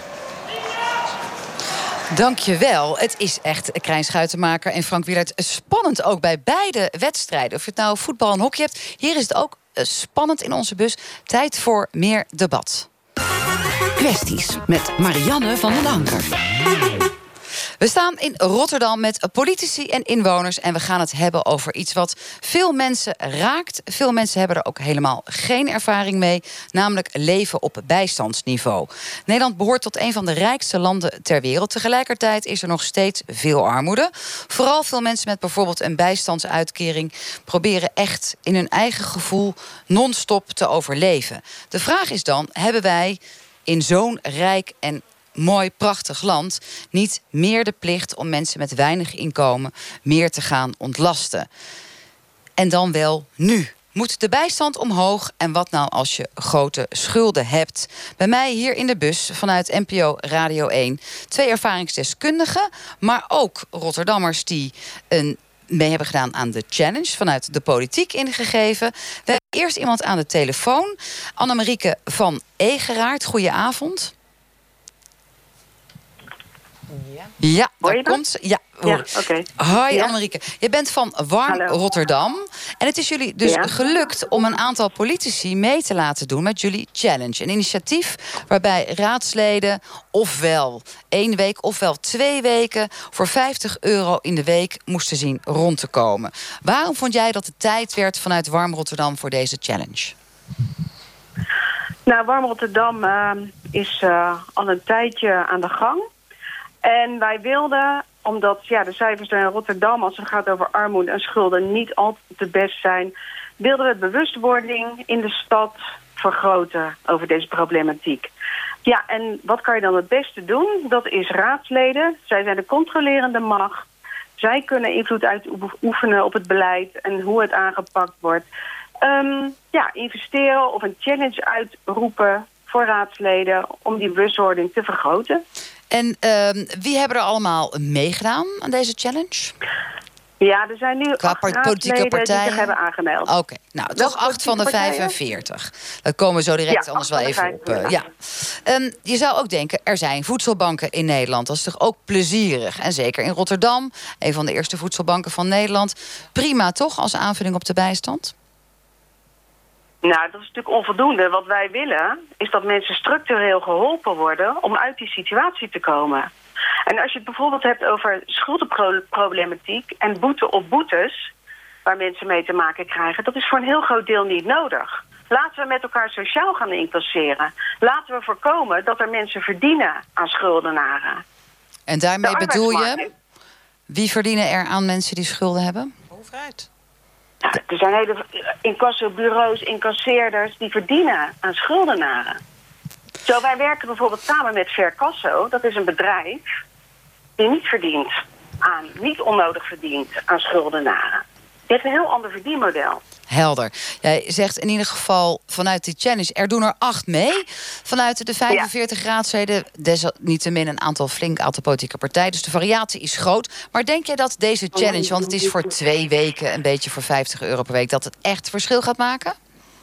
Dankjewel. Het is echt Krijn Schuitenmaker en Frank Wielaert. Spannend ook bij beide wedstrijden. Of je het nou voetbal en hockey hebt. Hier is het ook spannend in onze bus. Tijd voor meer debat. Kwesties met Marianne van den Anker. We staan in Rotterdam met politici en inwoners en we gaan het hebben over iets wat veel mensen raakt. Veel mensen hebben er ook helemaal geen ervaring mee, namelijk leven op bijstandsniveau. Nederland behoort tot een van de rijkste landen ter wereld. Tegelijkertijd is er nog steeds veel armoede. Vooral veel mensen met bijvoorbeeld een bijstandsuitkering proberen echt in hun eigen gevoel non-stop te overleven. De vraag is dan, hebben wij in zo'n rijk en mooi, prachtig land niet meer de plicht om mensen met weinig inkomen meer te gaan ontlasten? En dan wel nu. Moet de bijstand omhoog? En wat nou als je grote schulden hebt? Bij mij hier in de bus vanuit N P O Radio één. Twee ervaringsdeskundigen, maar ook Rotterdammers die een mee hebben gedaan aan de challenge, vanuit de politiek ingegeven. We hebben eerst iemand aan de telefoon. Annemarieke van Egeraert, goedenavond. Ja, ja daar komt ze. Ja, ja oké. Okay. Hoi ja. Annemarieke. Je bent van Warm Hallo. Rotterdam. En het is jullie dus ja. gelukt om een aantal politici mee te laten doen met jullie challenge. Een initiatief waarbij raadsleden ofwel één week ofwel twee weken voor vijftig euro in de week moesten zien rond te komen. Waarom vond jij dat het tijd werd vanuit Warm Rotterdam voor deze challenge? Nou, Warm Rotterdam uh, is uh, al een tijdje aan de gang. En wij wilden, omdat ja, de cijfers in Rotterdam, als het gaat over armoede en schulden, niet altijd de best zijn, wilden we de bewustwording in de stad vergroten over deze problematiek. Ja, en wat kan je dan het beste doen? Dat is raadsleden. Zij zijn de controlerende macht. Zij kunnen invloed uitoefenen op het beleid en hoe het aangepakt wordt. Um, ja, investeren of een challenge uitroepen voor raadsleden om die bewustwording te vergroten. En uh, wie hebben er allemaal meegedaan aan deze challenge? Ja, er zijn nu Qua acht politieke partijen die zich hebben aangemeld. Oké, okay. nou, toch acht van de vijfenveertig. Daar komen we zo direct ja, anders wel even op. Uh, ja. um, je zou ook denken, er zijn voedselbanken in Nederland. Dat is toch ook plezierig? En zeker in Rotterdam, een van de eerste voedselbanken van Nederland. Prima toch, als aanvulling op de bijstand? Nou, dat is natuurlijk onvoldoende. Wat wij willen is dat mensen structureel geholpen worden om uit die situatie te komen. En als je het bijvoorbeeld hebt over schuldenproblematiek en boete op boetes, waar mensen mee te maken krijgen, dat is voor een heel groot deel niet nodig. Laten we met elkaar sociaal gaan incasseren. Laten we voorkomen dat er mensen verdienen aan schuldenaren. En daarmee bedoel je, wie verdienen er aan mensen die schulden hebben? Overheid. Ja, er zijn hele incassobureaus, incasseerders die verdienen aan schuldenaren. Zo, wij werken bijvoorbeeld samen met Vercasso. Dat is een bedrijf die niet verdient aan, niet onnodig verdient aan schuldenaren. Die heeft een heel ander verdienmodel. Helder. Jij zegt in ieder geval vanuit die challenge, er doen er acht mee. Vanuit de vijfenveertig ja. raadsleden, desalniettemin een aantal flink aantal politieke partijen. Dus de variatie is groot. Maar denk jij dat deze challenge, want het is voor twee weken een beetje voor vijftig euro per week, dat het echt verschil gaat maken?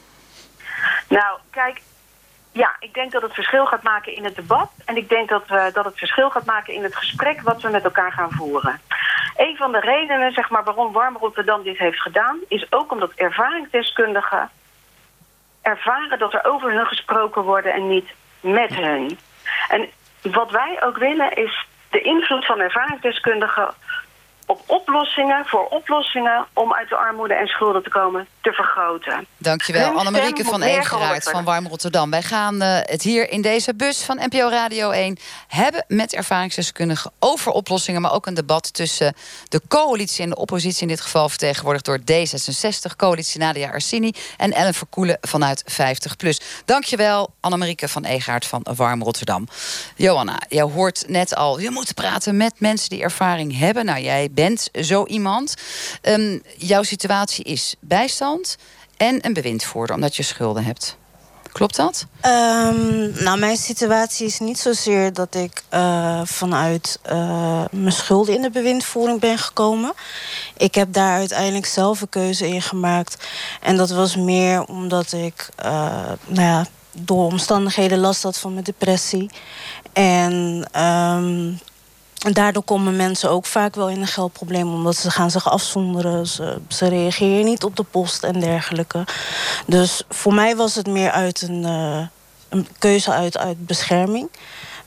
Nou, kijk, ja, ik denk dat het verschil gaat maken in het debat. En ik denk dat, uh, dat het verschil gaat maken in het gesprek wat we met elkaar gaan voeren. Een van de redenen, zeg maar, waarom Warm Rotterdam dit heeft gedaan, is ook omdat ervaringsdeskundigen ervaren dat er over hun gesproken wordt en niet met hun. En wat wij ook willen is de invloed van ervaringsdeskundigen op oplossingen, voor oplossingen om uit de armoede en schulden te komen, te vergroten. Dankjewel, Annemarieke van Egeraert van Warm Rotterdam. Wij gaan uh, het hier in deze bus van N P O Radio één hebben met ervaringsdeskundigen over oplossingen, maar ook een debat tussen de coalitie en de oppositie, in dit geval vertegenwoordigd door D zesenzestig, coalitie Nadia Arsini en Ellen Verkoelen vanuit vijftig plus. Dankjewel, Annemarieke van Egeraert van Warm Rotterdam. Johanna, jij hoort net al, je moet praten met mensen die ervaring hebben. Nou, jij bent zo iemand. Um, jouw situatie is bijstand en een bewindvoerder, omdat je schulden hebt. Klopt dat? Um, nou, mijn situatie is niet zozeer dat ik uh, vanuit uh, mijn schulden in de bewindvoering ben gekomen. Ik heb daar uiteindelijk zelf een keuze in gemaakt. En dat was meer omdat ik uh, nou ja, door omstandigheden last had van mijn depressie. En Um, En daardoor komen mensen ook vaak wel in een geldprobleem, omdat ze gaan zich afzonderen. Ze, ze reageren niet op de post en dergelijke. Dus voor mij was het meer uit een, uh, een keuze uit, uit bescherming.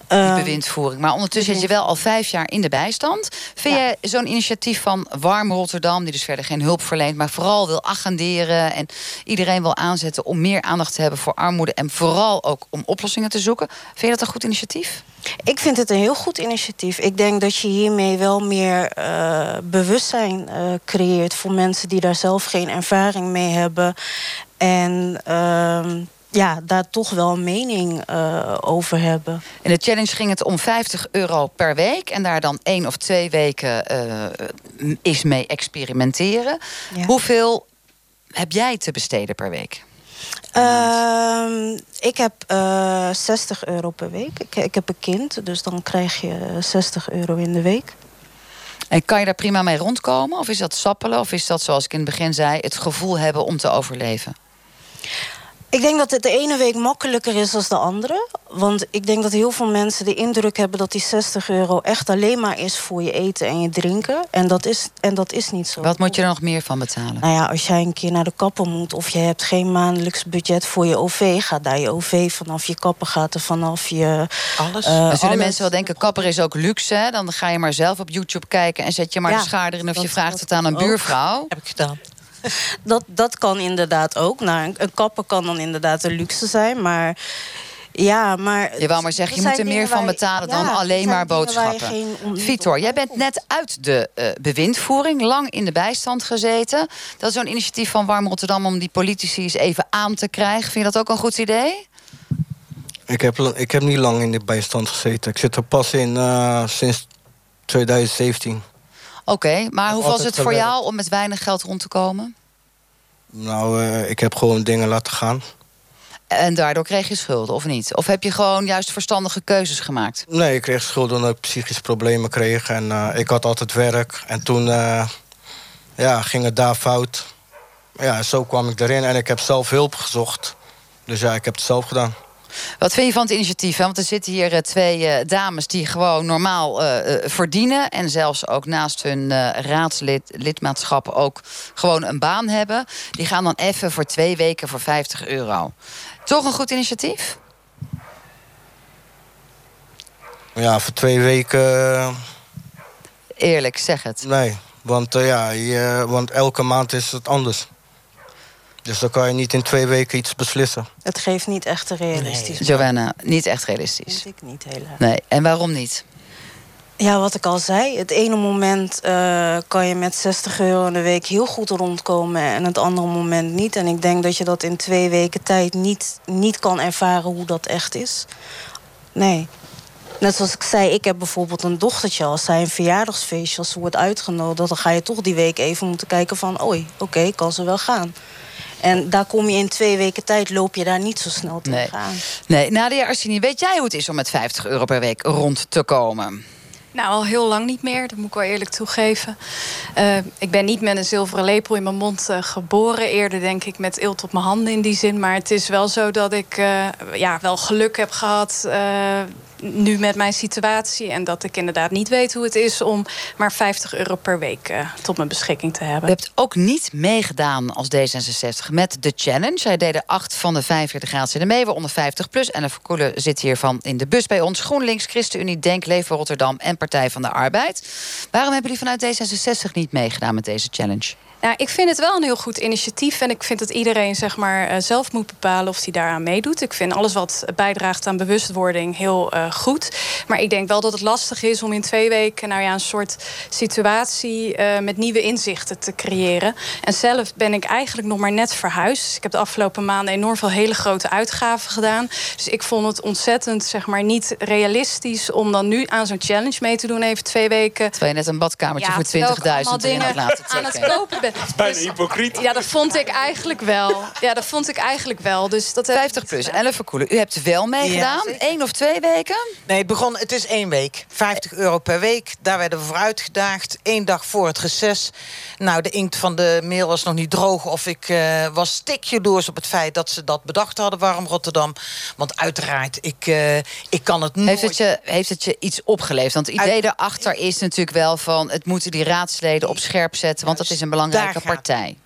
Die Uh, bewindvoering. Maar ondertussen zit je wel al vijf jaar in de bijstand. Vind Ja. je zo'n initiatief van Warm Rotterdam, die dus verder geen hulp verleent, maar vooral wil agenderen en iedereen wil aanzetten om meer aandacht te hebben voor armoede en vooral ook om oplossingen te zoeken. Vind je dat een goed initiatief? Ik vind het een heel goed initiatief. Ik denk dat je hiermee wel meer uh, bewustzijn uh, creëert voor mensen die daar zelf geen ervaring mee hebben. En uh, ja, daar toch wel een mening uh, over hebben. In de challenge ging het om vijftig euro per week en daar dan één of twee weken uh, is mee experimenteren. Ja. Hoeveel heb jij te besteden per week? Uh, ik heb uh, zestig euro per week. Ik, ik heb een kind, dus dan krijg je zestig euro in de week. En kan je daar prima mee rondkomen? Of is dat sappelen? Of is dat, zoals ik in het begin zei, het gevoel hebben om te overleven? Ik denk dat het de ene week makkelijker is dan de andere. Want ik denk dat heel veel mensen de indruk hebben dat die zestig euro echt alleen maar is voor je eten en je drinken. En dat is, en dat is niet zo. Wat moet je er nog meer van betalen? Nou ja, als jij een keer naar de kapper moet of je hebt geen maandelijks budget voor je O V, gaat daar je O V vanaf, je kapper gaat er vanaf, je alles. Uh, Dan zullen alles. mensen wel denken, kapper is ook luxe. Hè? Dan ga je maar zelf op YouTube kijken en zet je maar Ja, de schaar erin of dat- je vraagt dat het aan een ook. buurvrouw. Heb ik gedaan. Dat, dat kan inderdaad ook. Nou, een, een kapper kan dan inderdaad een luxe zijn, maar ja, maar Je wou maar zeggen, je er moet zijn er meer dingen van waar je- betalen ja, dan er alleen zijn maar dingen waar je boodschappen. geen on- niet Vitor, op jij bent net uit de uh, bewindvoering, lang in de bijstand gezeten. Dat is zo'n initiatief van Warm Rotterdam om die politici eens even aan te krijgen. Vind je dat ook een goed idee? Ik heb, ik heb niet lang in de bijstand gezeten. Ik zit er pas in uh, sinds twintig zeventien. Oké, okay, maar hoe was Altijd het voor gewerkt. jou om met weinig geld rond te komen? Nou, uh, ik heb gewoon dingen laten gaan. En daardoor kreeg je schulden, of niet? Of heb je gewoon juist verstandige keuzes gemaakt? Nee, ik kreeg schulden omdat ik psychische problemen kreeg. En uh, ik had altijd werk. En toen uh, ja, ging het daar fout. Ja, zo kwam ik erin. En ik heb zelf hulp gezocht. Dus ja, ik heb het zelf gedaan. Wat vind je van het initiatief? Hè? Want er zitten hier uh, twee uh, dames die gewoon normaal uh, uh, verdienen. En zelfs ook naast hun uh, raadslidmaatschap ook gewoon een baan hebben. Die gaan dan even voor twee weken voor vijftig euro. Toch een goed initiatief? Ja, voor twee weken... Uh... Eerlijk, zeg het. Nee, want, uh, ja, je, want elke maand is het anders. Dus dan kan je niet in twee weken iets beslissen. Het geeft niet echt een realistisch. Nee. Joanna, niet echt realistisch. Vind ik niet helaas. Nee, en waarom niet? Ja, wat ik al zei. Het ene moment uh, kan je met zestig euro in de week heel goed rondkomen en het andere moment niet. En ik denk dat je dat in twee weken tijd niet, niet kan ervaren hoe dat echt is. Nee. Net zoals ik zei, ik heb bijvoorbeeld een dochtertje. Als zij een verjaardagsfeestje, als ze wordt uitgenodigd, dan ga je toch die week even moeten kijken van, oei, oké, okay, kan ze wel gaan. En daar kom je in twee weken tijd, loop je daar niet zo snel tegenaan. Nee. nee, Nadia Arsini, weet jij hoe het is om met vijftig euro per week rond te komen? Nou, al heel lang niet meer, dat moet ik wel eerlijk toegeven. Uh, ik ben niet met een zilveren lepel in mijn mond uh, geboren. Eerder denk ik met eelt op mijn handen in die zin. Maar het is wel zo dat ik uh, ja, wel geluk heb gehad... Uh, nu met mijn situatie. En dat ik inderdaad niet weet hoe het is om maar vijftig euro per week uh, tot mijn beschikking te hebben. U hebt ook niet meegedaan als D zesenzestig met de challenge. Zij deden acht van de vijfenveertig raadsleden mee, waaronder vijftig plus. En de Verkoelen zit hiervan in de bus bij ons. GroenLinks, ChristenUnie, Denk, Leven Rotterdam en Partij van de Arbeid. Waarom hebben jullie vanuit D zesenzestig niet meegedaan met deze challenge? Nou, ik vind het wel een heel goed initiatief. En ik vind dat iedereen zeg maar, zelf moet bepalen of hij daaraan meedoet. Ik vind alles wat bijdraagt aan bewustwording heel uh, goed. Maar ik denk wel dat het lastig is om in twee weken nou ja, een soort situatie uh, met nieuwe inzichten te creëren. En zelf ben ik eigenlijk nog maar net verhuisd. Dus ik heb de afgelopen maanden enorm veel hele grote uitgaven gedaan. Dus ik vond het ontzettend zeg maar, niet realistisch om dan nu aan zo'n challenge mee te doen, even twee weken. Terwijl je net een badkamertje ja, voor twintigduizend erin had laten aan het tikken. kopen ben. Dat is bijna hypocriet. Ja, dat vond ik eigenlijk wel. Ja, dat vond ik eigenlijk wel. Dus dat vijftig plus. Elle Verkoelen, u hebt wel meegedaan. Ja, Eén of twee weken? Nee, het begon, het is één week. vijftig euro per week. Daar werden we voor uitgedaagd. Eén dag voor het reces. Nou, de inkt van de mail was nog niet droog. Of ik uh, was stikjaloers op het feit dat ze dat bedacht hadden, Warm Rotterdam. Want uiteraard, ik, uh, ik kan het nooit... Heeft het, je, heeft het je iets opgeleverd? Want het idee daarachter is natuurlijk wel van... het moeten die raadsleden op scherp zetten, want dat is een belangrijke daar gaat, partij.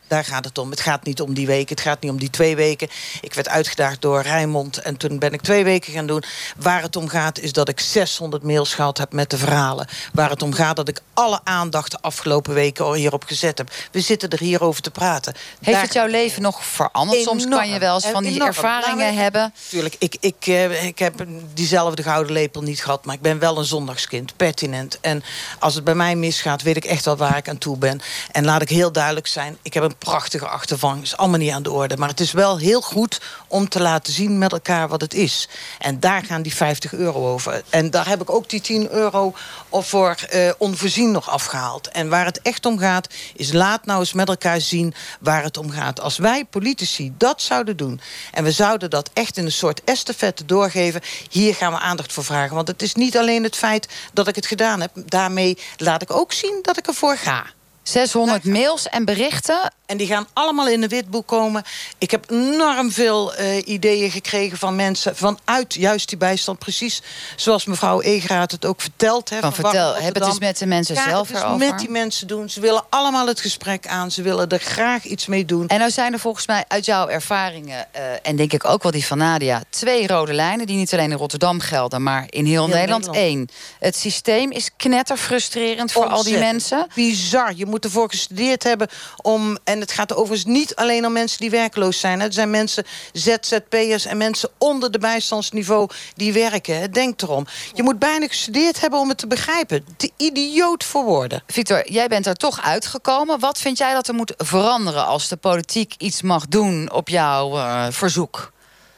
Daar gaat het om. Het gaat niet om die weken, het gaat niet om die twee weken. Ik werd uitgedaagd door Rijnmond en toen ben ik twee weken gaan doen. Waar het om gaat is dat ik zeshonderd mails gehad heb met de verhalen. Waar het om gaat dat ik alle aandacht de afgelopen weken hierop gezet heb. We zitten er hier over te praten. Heeft Daar het jouw leven nog veranderd? enorm, Soms kan je wel eens van die enorm. ervaringen Nou, hebben. Tuurlijk, ik, ik, uh, ik heb diezelfde gouden lepel niet gehad, maar ik ben wel een zondagskind, pertinent. En als het bij mij misgaat, weet ik echt wel waar ik aan toe ben. En laat ik heel duidelijk zijn, ik heb een prachtige achtervang. Is allemaal niet aan de orde. Maar het is wel heel goed om te laten zien met elkaar wat het is. En daar gaan die vijftig euro over. En daar heb ik ook die tien euro voor uh, onvoorzien nog afgehaald. En waar het echt om gaat, is laat nou eens met elkaar zien waar het om gaat. Als wij politici dat zouden doen en we zouden dat echt in een soort estafette doorgeven, hier gaan we aandacht voor vragen. Want het is niet alleen het feit dat ik het gedaan heb. Daarmee laat ik ook zien dat ik ervoor ga. zeshonderd mails en berichten. En die gaan allemaal in een witboek komen. Ik heb enorm veel uh, ideeën gekregen van mensen vanuit juist die bijstand. Precies zoals mevrouw Egeraat het ook vertelt. Hè, van van vertel, heb het dus met de mensen Ga zelf het dus erover. met die mensen doen. Ze willen allemaal het gesprek aan. Ze willen er graag iets mee doen. En nou zijn er volgens mij uit jouw ervaringen, uh, en denk ik ook wel die van Nadia, twee rode lijnen die niet alleen in Rotterdam gelden, maar in heel, heel Nederland. Eén, het systeem is knetterfrustrerend voor al die mensen. Bizar. Je moet ervoor gestudeerd hebben om, en het gaat overigens niet alleen om mensen die werkloos zijn. Er zijn mensen, Z Z P'ers en mensen onder de bijstandsniveau die werken. Denk erom. Je moet bijna gestudeerd hebben om het te begrijpen. Te idioot voor woorden. Victor, jij bent er toch uitgekomen. Wat vind jij dat er moet veranderen als de politiek iets mag doen op jouw uh, verzoek?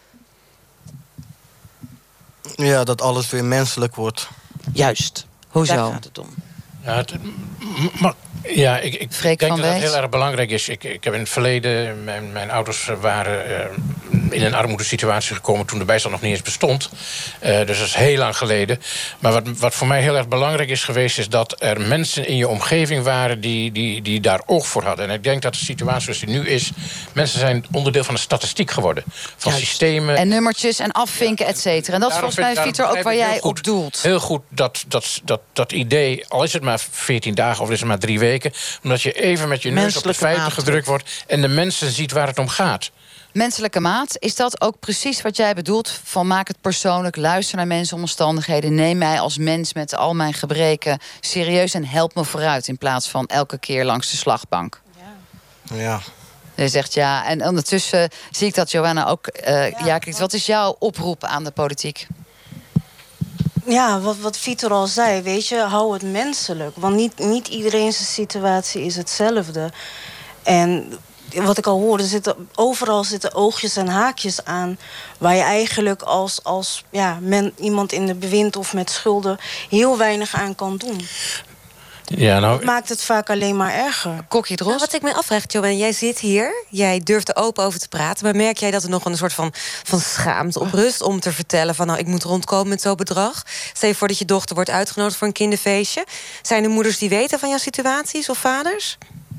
Ja, dat alles weer menselijk wordt. Juist. Hoezo? Daar gaat het om. Ja, het, maar, ja, ik, ik denk dat het heel erg belangrijk is. Ik, ik heb in het verleden, mijn, mijn ouders waren uh, in een armoedesituatie gekomen toen de bijstand nog niet eens bestond. Uh, dus dat is heel lang geleden. Maar wat, wat voor mij heel erg belangrijk is geweest, is dat er mensen in je omgeving waren die, die, die daar oog voor hadden. En ik denk dat de situatie zoals die nu is, mensen zijn onderdeel van de statistiek geworden. Van Juist. systemen. En nummertjes en afvinken, et cetera. En dat is volgens mij, Victor, ook waar jij op doelt. Heel goed dat, dat, dat, dat idee, al is het maar veertien dagen of is het maar drie weken, omdat je even met je neus op de feiten gedrukt wordt en de mensen ziet waar het om gaat. Menselijke maat, is dat ook precies wat jij bedoelt? Van maak het persoonlijk, luister naar mensen, omstandigheden. Neem mij als mens met al mijn gebreken serieus en help me vooruit, in plaats van elke keer langs de slagbank. Ja. ja. Je zegt ja, en ondertussen zie ik dat Joanna ook uh, ja, ja kijkt. Wat is jouw oproep aan de politiek? Ja, wat, wat Victor al zei, weet je, hou het menselijk. Want niet, niet iedereen zijn situatie is hetzelfde. En wat ik al hoorde, zitten, overal zitten oogjes en haakjes aan, waar je eigenlijk als, als ja, men, iemand in de bewind of met schulden heel weinig aan kan doen. Ja, nou, dat maakt het vaak alleen maar erger. Kokkie Drost. Nou, wat ik me afvraag, Joanne, jij zit hier, jij durft er open over te praten, maar merk jij dat er nog een soort van, van schaamte op rust om te vertellen van, nou, ik moet rondkomen met zo'n bedrag? Stel je voor dat je dochter wordt uitgenodigd voor een kinderfeestje. Zijn er moeders die weten van jouw situaties of vaders?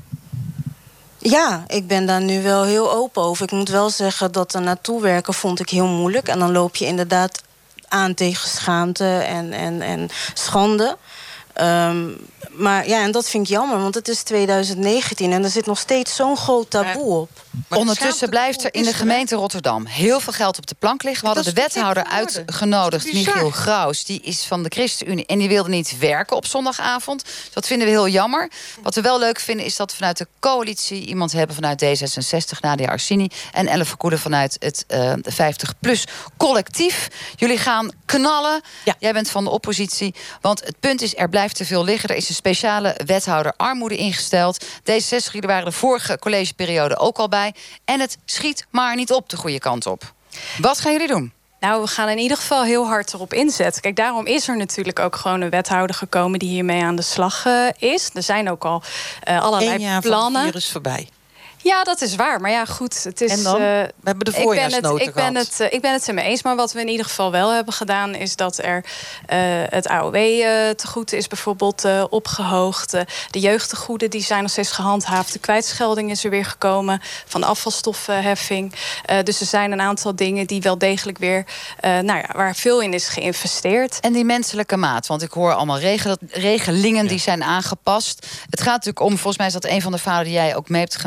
Ja, ik ben daar nu wel heel open over. Ik moet wel zeggen dat er naartoe werken vond ik heel moeilijk. En dan loop je inderdaad aan tegen schaamte en, en, en schande. Um, maar ja, en dat vind ik jammer, want het is twintig negentien en er zit nog steeds zo'n groot taboe op. Maar ondertussen blijft er in de gemeente Rotterdam heel veel geld op de plank liggen. We hadden de wethouder uitgenodigd, Michiel Graus. Die is van de ChristenUnie en die wilde niet werken op zondagavond. Dat vinden we heel jammer. Wat we wel leuk vinden is dat we vanuit de coalitie iemand hebben vanuit D zesenzestig, Nadia Arsini, en Elle Verkoelen vanuit het uh, vijftig plus collectief. Jullie gaan knallen. Ja. Jij bent van de oppositie. Want het punt is, er blijft te veel liggen. Er is een speciale wethouder armoede ingesteld. D zesenzestig, jullie waren de vorige collegeperiode ook al bij. En het schiet maar niet op de goede kant op. Wat gaan jullie doen? Nou, we gaan in ieder geval heel hard erop inzetten. Kijk, daarom is er natuurlijk ook gewoon een wethouder gekomen die hiermee aan de slag uh, is. Er zijn ook al uh, allerlei Eén jaar plannen. Van het virus voorbij. Ja, dat is waar. Maar ja, goed. Het is, en dan? Uh, we hebben de voorjaarsnoten ik ben het, ik ben het, uh, ik ben het ermee eens. Maar wat we in ieder geval wel hebben gedaan, is dat er uh, het A O W uh, tegoed is bijvoorbeeld uh, opgehoogd. Uh, de jeugdtegoeden die zijn nog steeds gehandhaafd. De kwijtschelding is er weer gekomen van de afvalstoffenheffing. Uh, dus er zijn een aantal dingen die wel degelijk weer, uh, nou ja, waar veel in is geïnvesteerd. En die menselijke maat, want ik hoor allemaal regel, regelingen ja. die zijn aangepast. Het gaat natuurlijk om, volgens mij is dat een van de fouten die jij ook mee hebt gemaakt. Dat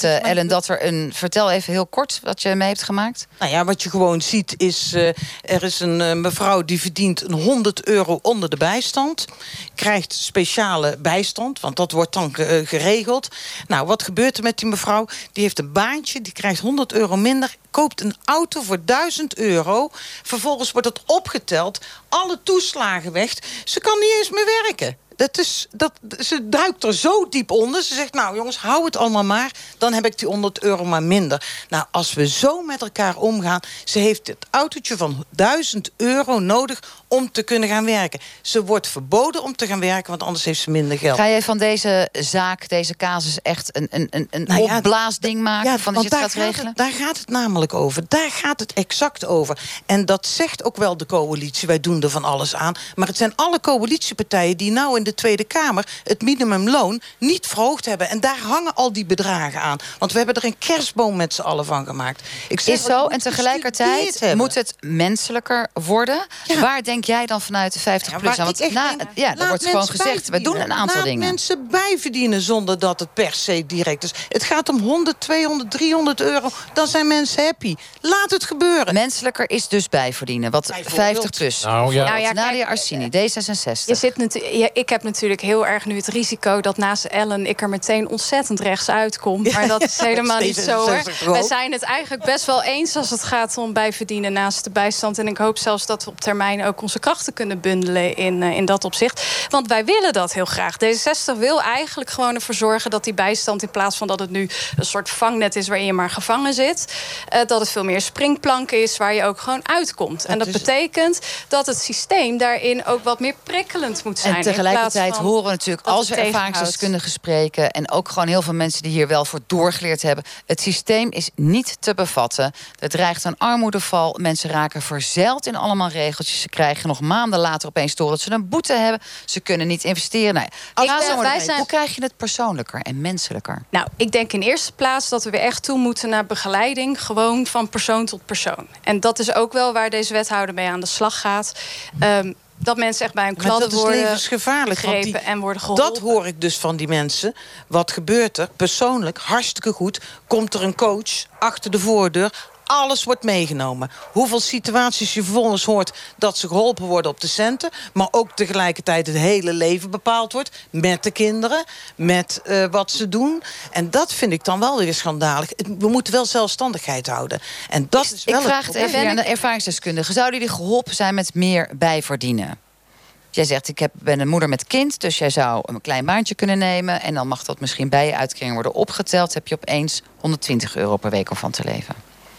uh, Ellen, dat er een... Vertel even heel kort wat je mee hebt gemaakt. Nou ja, wat je gewoon ziet is... Uh, er is een uh, mevrouw die verdient een honderd euro onder de bijstand. Krijgt speciale bijstand, want dat wordt dan uh, geregeld. Nou, wat gebeurt er met die mevrouw? Die heeft een baantje, die krijgt honderd euro minder... koopt een auto voor duizend euro. Vervolgens wordt het opgeteld. Alle toeslagen weg. Ze kan niet eens meer werken. Dat is, dat, ze duikt er zo diep onder. Ze zegt, nou jongens, hou het allemaal maar. Dan heb ik die honderd euro maar minder. Nou, als we zo met elkaar omgaan... ze heeft het autootje van duizend euro nodig om te kunnen gaan werken. Ze wordt verboden om te gaan werken, want anders heeft ze minder geld. Ga jij van deze zaak, deze casus... echt een, een, een nou ja, opblaasding maken ja, van dat je het gaat gaat regelen? Het, daar gaat het namelijk over. Daar gaat het exact over. En dat zegt ook wel de coalitie. Wij doen er van alles aan. Maar het zijn alle coalitiepartijen die nou in de Tweede Kamer... het minimumloon niet verhoogd hebben. En daar hangen al die bedragen aan. Want we hebben er een kerstboom met z'n allen van gemaakt. Ik zeg, is zo, en tegelijkertijd moet het menselijker worden. Ja. Waar denk jij dan vanuit de vijftig plus aan? Want na, denk, ja, er wordt gewoon gezegd, we doen een aantal laat dingen. Laat mensen bijverdienen zonder dat het per se direct is. Het gaat om honderd, tweehonderd, driehonderd euro. Dan zijn mensen happy. Laat het gebeuren. Menselijker is dus bijverdienen. Wat vijftig plus. Nou ja. Nou ja, Nadia Arsini, D zesenzestig. Je zit natu- ja, ik heb natuurlijk heel erg nu het risico dat naast Ellen... ik er meteen ontzettend rechts uitkom. Maar dat is helemaal niet zo, hoor. Wij zijn het eigenlijk best wel eens als het gaat om bijverdienen naast de bijstand. En ik hoop zelfs dat we op termijn ook onze krachten kunnen bundelen in, uh, in dat opzicht. Want wij willen dat heel graag. D zesenzestig wil eigenlijk gewoon ervoor zorgen dat die bijstand... in plaats van dat het nu een soort vangnet is waarin je maar gevangen zit... Uh, dat het veel meer springplank is waar je ook gewoon uitkomt. En dat betekent dat het systeem daarin ook wat meer prikkelend moet zijn. En tegelijkertijd horen we natuurlijk, als we ervaringsdeskundigen spreken... en ook gewoon heel veel mensen die hier wel voor doorgeleerd hebben... het systeem is niet te bevatten. Er dreigt een armoedeval. Mensen raken verzeild in allemaal regeltjes. Ze krijgen nog maanden later opeens door dat ze een boete hebben. Ze kunnen niet investeren. Nou, ik ben, wij zijn... Hoe krijg je het persoonlijker en menselijker? Nou, ik denk in eerste plaats dat we weer echt toe moeten naar begeleiding. Gewoon van persoon tot persoon. En dat is ook wel waar deze wethouder mee aan de slag gaat. Um, dat mensen echt bij een kladden worden dat is levensgevaarlijk, want die, en worden geholpen. Dat hoor ik dus van die mensen. Wat gebeurt er? Persoonlijk, hartstikke goed. Komt er een coach achter de voordeur... Alles wordt meegenomen. Hoeveel situaties je vervolgens hoort dat ze geholpen worden op de centen... maar ook tegelijkertijd het hele leven bepaald wordt... met de kinderen, met uh, wat ze doen. En dat vind ik dan wel weer schandalig. We moeten wel zelfstandigheid houden. En dat is wel ik vraag het, het even aan de ervaringsdeskundige. Zouden jullie geholpen zijn met meer bijverdienen? Jij zegt, ik heb, ben een moeder met kind, dus jij zou een klein baantje kunnen nemen... en dan mag dat misschien bij je uitkering worden opgeteld... heb je opeens honderdtwintig euro per week om van te leven.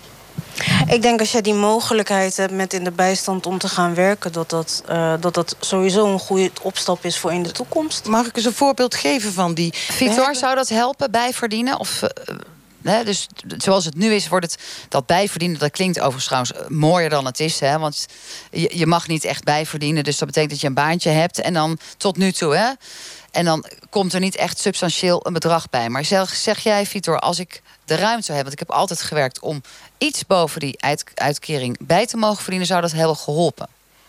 Ik denk als je die mogelijkheid hebt met in de bijstand om te gaan werken... dat dat, uh, dat, dat sowieso een goede opstap is voor in de toekomst. Mag ik eens een voorbeeld geven van die... Victor, hebben... zou dat helpen, bijverdienen? Of, uh, hè, dus zoals het nu is, wordt het dat bijverdienen... dat klinkt overigens trouwens mooier dan het is. Hè, want je, je mag niet echt bijverdienen. Dus dat betekent dat je een baantje hebt. En dan tot nu toe, hè... En dan komt er niet echt substantieel een bedrag bij. Maar zeg, zeg jij, Victor, als ik de ruimte heb... want ik heb altijd gewerkt om iets boven die uit, uitkering bij te mogen verdienen... zou dat hebben geholpen?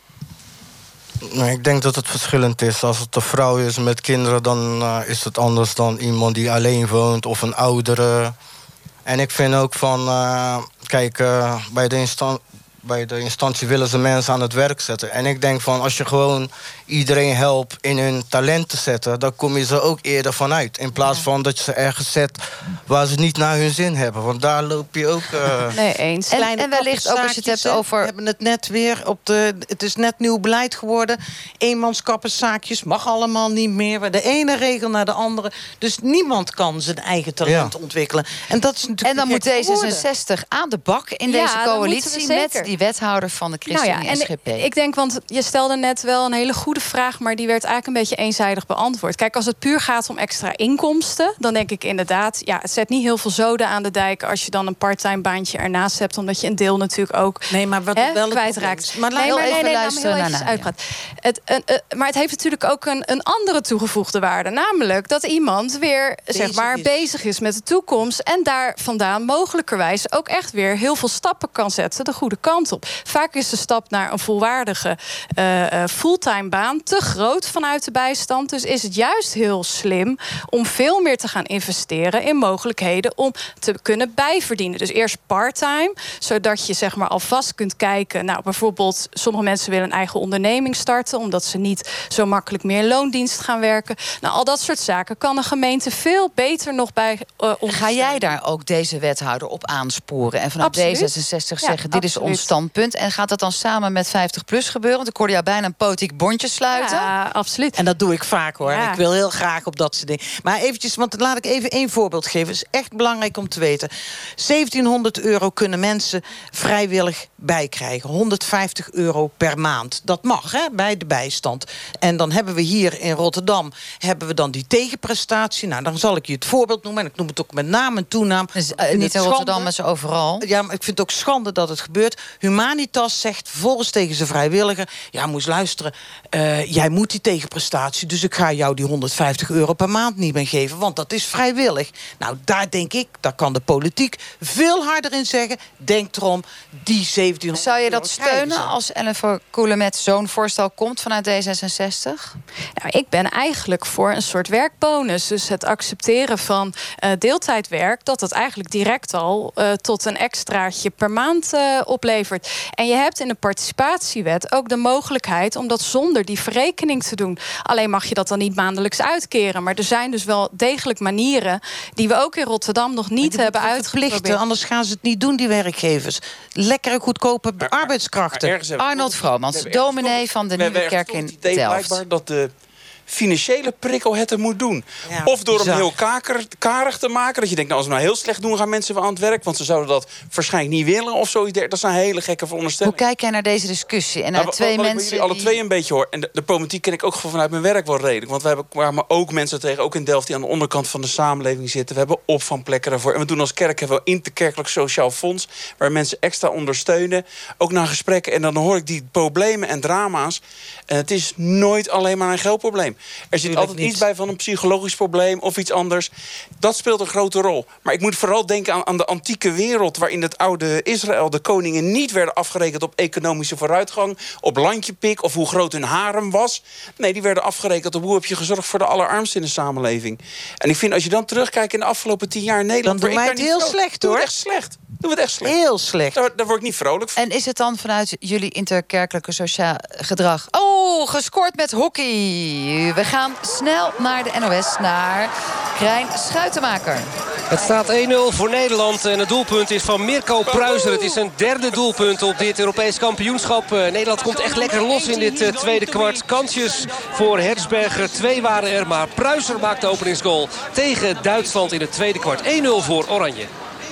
Nee, ik denk dat het verschillend is. Als het een vrouw is met kinderen... dan uh, is het anders dan iemand die alleen woont of een oudere. En ik vind ook van... Uh, kijk, uh, bij de instantie... Bij de instantie willen ze mensen aan het werk zetten. En ik denk van, als je gewoon iedereen helpt in hun talent te zetten... dan kom je ze ook eerder vanuit. In plaats van dat je ze ergens zet waar ze niet naar hun zin hebben. Want daar loop je ook... Uh... Nee, eens. En, en wellicht ook als je het hebt over... We hebben het net weer op de... Het is net nieuw beleid geworden. Eenmanskapperszaakjes mag allemaal niet meer. De ene regel naar de andere. Dus niemand kan zijn eigen talent ja. ontwikkelen. En dat is natuurlijk... En dan moet D zesenzestig aan de bak in ja, deze coalitie met... die wethouder van de ChristenUnie nou ja, en S G P. Ik denk, want je stelde net wel een hele goede vraag... maar die werd eigenlijk een beetje eenzijdig beantwoord. Kijk, als het puur gaat om extra inkomsten... dan denk ik inderdaad, ja, het zet niet heel veel zoden aan de dijk... als je dan een parttime baantje ernaast hebt... omdat je een deel natuurlijk ook nee, maar wat hè, wel kwijtraakt. Maar laat nee, maar, even nee, nee, luisteren nou, naar uitpraat. Het, een, uh, Maar het heeft natuurlijk ook een, een andere toegevoegde waarde. Namelijk dat iemand weer bezig zeg maar, is. bezig is met de toekomst... en daar vandaan mogelijkerwijs ook echt weer heel veel stappen kan zetten... de goede kant kant op. Vaak is de stap naar een volwaardige uh, uh, fulltime baan te groot vanuit de bijstand. Dus is het juist heel slim om veel meer te gaan investeren in mogelijkheden om te kunnen bijverdienen. Dus eerst parttime, zodat je zeg maar alvast kunt kijken. Nou, bijvoorbeeld, sommige mensen willen een eigen onderneming starten, omdat ze niet zo makkelijk meer in loondienst gaan werken. Nou, al dat soort zaken kan een gemeente veel beter nog bij uh, Ga jij daar ook deze wethouder op aansporen en vanuit Absoluut. D zesenzestig zeggen, Ja, dit is absoluut. ons standpunt? En gaat dat dan samen met vijftig plus gebeuren? Want ik hoorde jou bijna een politiek bondje sluiten. Ja, absoluut. En dat doe ik vaak, hoor. Ja. Ik wil heel graag op dat soort dingen. Maar eventjes, want laat ik even één voorbeeld geven. Het is echt belangrijk om te weten. zeventienhonderd euro kunnen mensen vrijwillig bijkrijgen. honderdvijftig euro per maand. Dat mag, hè, bij de bijstand. En dan hebben we hier in Rotterdam hebben we dan die tegenprestatie. Nou, dan zal ik je het voorbeeld noemen. En ik noem het ook met naam en toenaam. Dus, uh, niet in Rotterdam, maar ze overal. Ja, maar ik vind het ook schande dat het gebeurt. Humanitas zegt vervolgens tegen zijn vrijwilliger, ja, moest luisteren, uh, jij moet die tegenprestatie, dus ik ga jou die honderdvijftig euro per maand niet meer geven, want dat is vrijwillig. Nou, daar denk ik, daar kan de politiek veel harder in zeggen. Denk erom, die zeventienhonderd Zou je dat euro krijgen steunen ze. als Ellen van Koelen met zo'n voorstel komt vanuit D zesenzestig? Nou, ik ben eigenlijk voor een soort werkbonus. Dus het accepteren van uh, deeltijdwerk, dat het eigenlijk direct al uh, tot een extraatje per maand uh, oplevert. En je hebt in de participatiewet ook de mogelijkheid om dat zonder die verrekening te doen. Alleen mag je dat dan niet maandelijks uitkeren. Maar er zijn dus wel degelijk manieren die we ook in Rotterdam nog niet hebben uitgeprobeerd. Anders gaan ze het niet doen, die werkgevers. Lekkere, goedkope arbeidskrachten. Arnold Vromans, dominee van de Nieuwe Kerk in idee Delft. blijkbaar dat de financiële prikkel het er moet doen. Ja, of door bizar. hem heel kaker, karig te maken. Dat je denkt, nou, als we nou heel slecht doen, gaan mensen weer aan het werk. Want ze zouden dat waarschijnlijk niet willen of zoiets. Dat is een hele gekke veronderstelling. Hoe kijk jij naar deze discussie? En naar Nou, twee wat, wat mensen ik bij jullie die... alle twee een beetje hoor. En de, de politiek ken ik ook vanuit mijn werk wel redelijk. Want we hebben kwamen ook mensen tegen, ook in Delft, die aan de onderkant van de samenleving zitten. We hebben opvangplekken daarvoor. En we doen als kerk hebben we een interkerkelijk sociaal fonds, waar mensen extra ondersteunen. Ook naar gesprekken. En dan hoor ik die problemen en drama's. En het is nooit alleen maar een geldprobleem. Er zit altijd niet. iets bij van een psychologisch probleem of iets anders. Dat speelt een grote rol. Maar ik moet vooral denken aan, aan de antieke wereld, waarin het oude Israël, de koningen, niet werden afgerekend op economische vooruitgang, op landjepik of hoe groot hun harem was. Nee, die werden afgerekend op hoe heb je gezorgd voor de allerarmsten in de samenleving. En ik vind, als je dan terugkijkt in de afgelopen tien jaar in Nederland, Dan doen word ik wij daar het niet heel vrolijk. slecht, Doen we hoor. het echt slecht. Doen we het echt slecht. Heel slecht. Daar, daar word ik niet vrolijk van. En is het dan vanuit jullie interkerkelijke sociaal gedrag? Oh, gescoord met hockey. We gaan snel naar de N O S, naar Krijn Schuitenmaker. Het staat één nul voor Nederland en het doelpunt is van Mirko Pruijzer. Het is een derde doelpunt op dit Europees kampioenschap. Uh, Nederland komt echt lekker los in dit uh, tweede kwart. Kansjes voor Hertzberger, twee waren er, maar Pruijzer maakt de openingsgoal tegen Duitsland in het tweede kwart. één nul voor Oranje.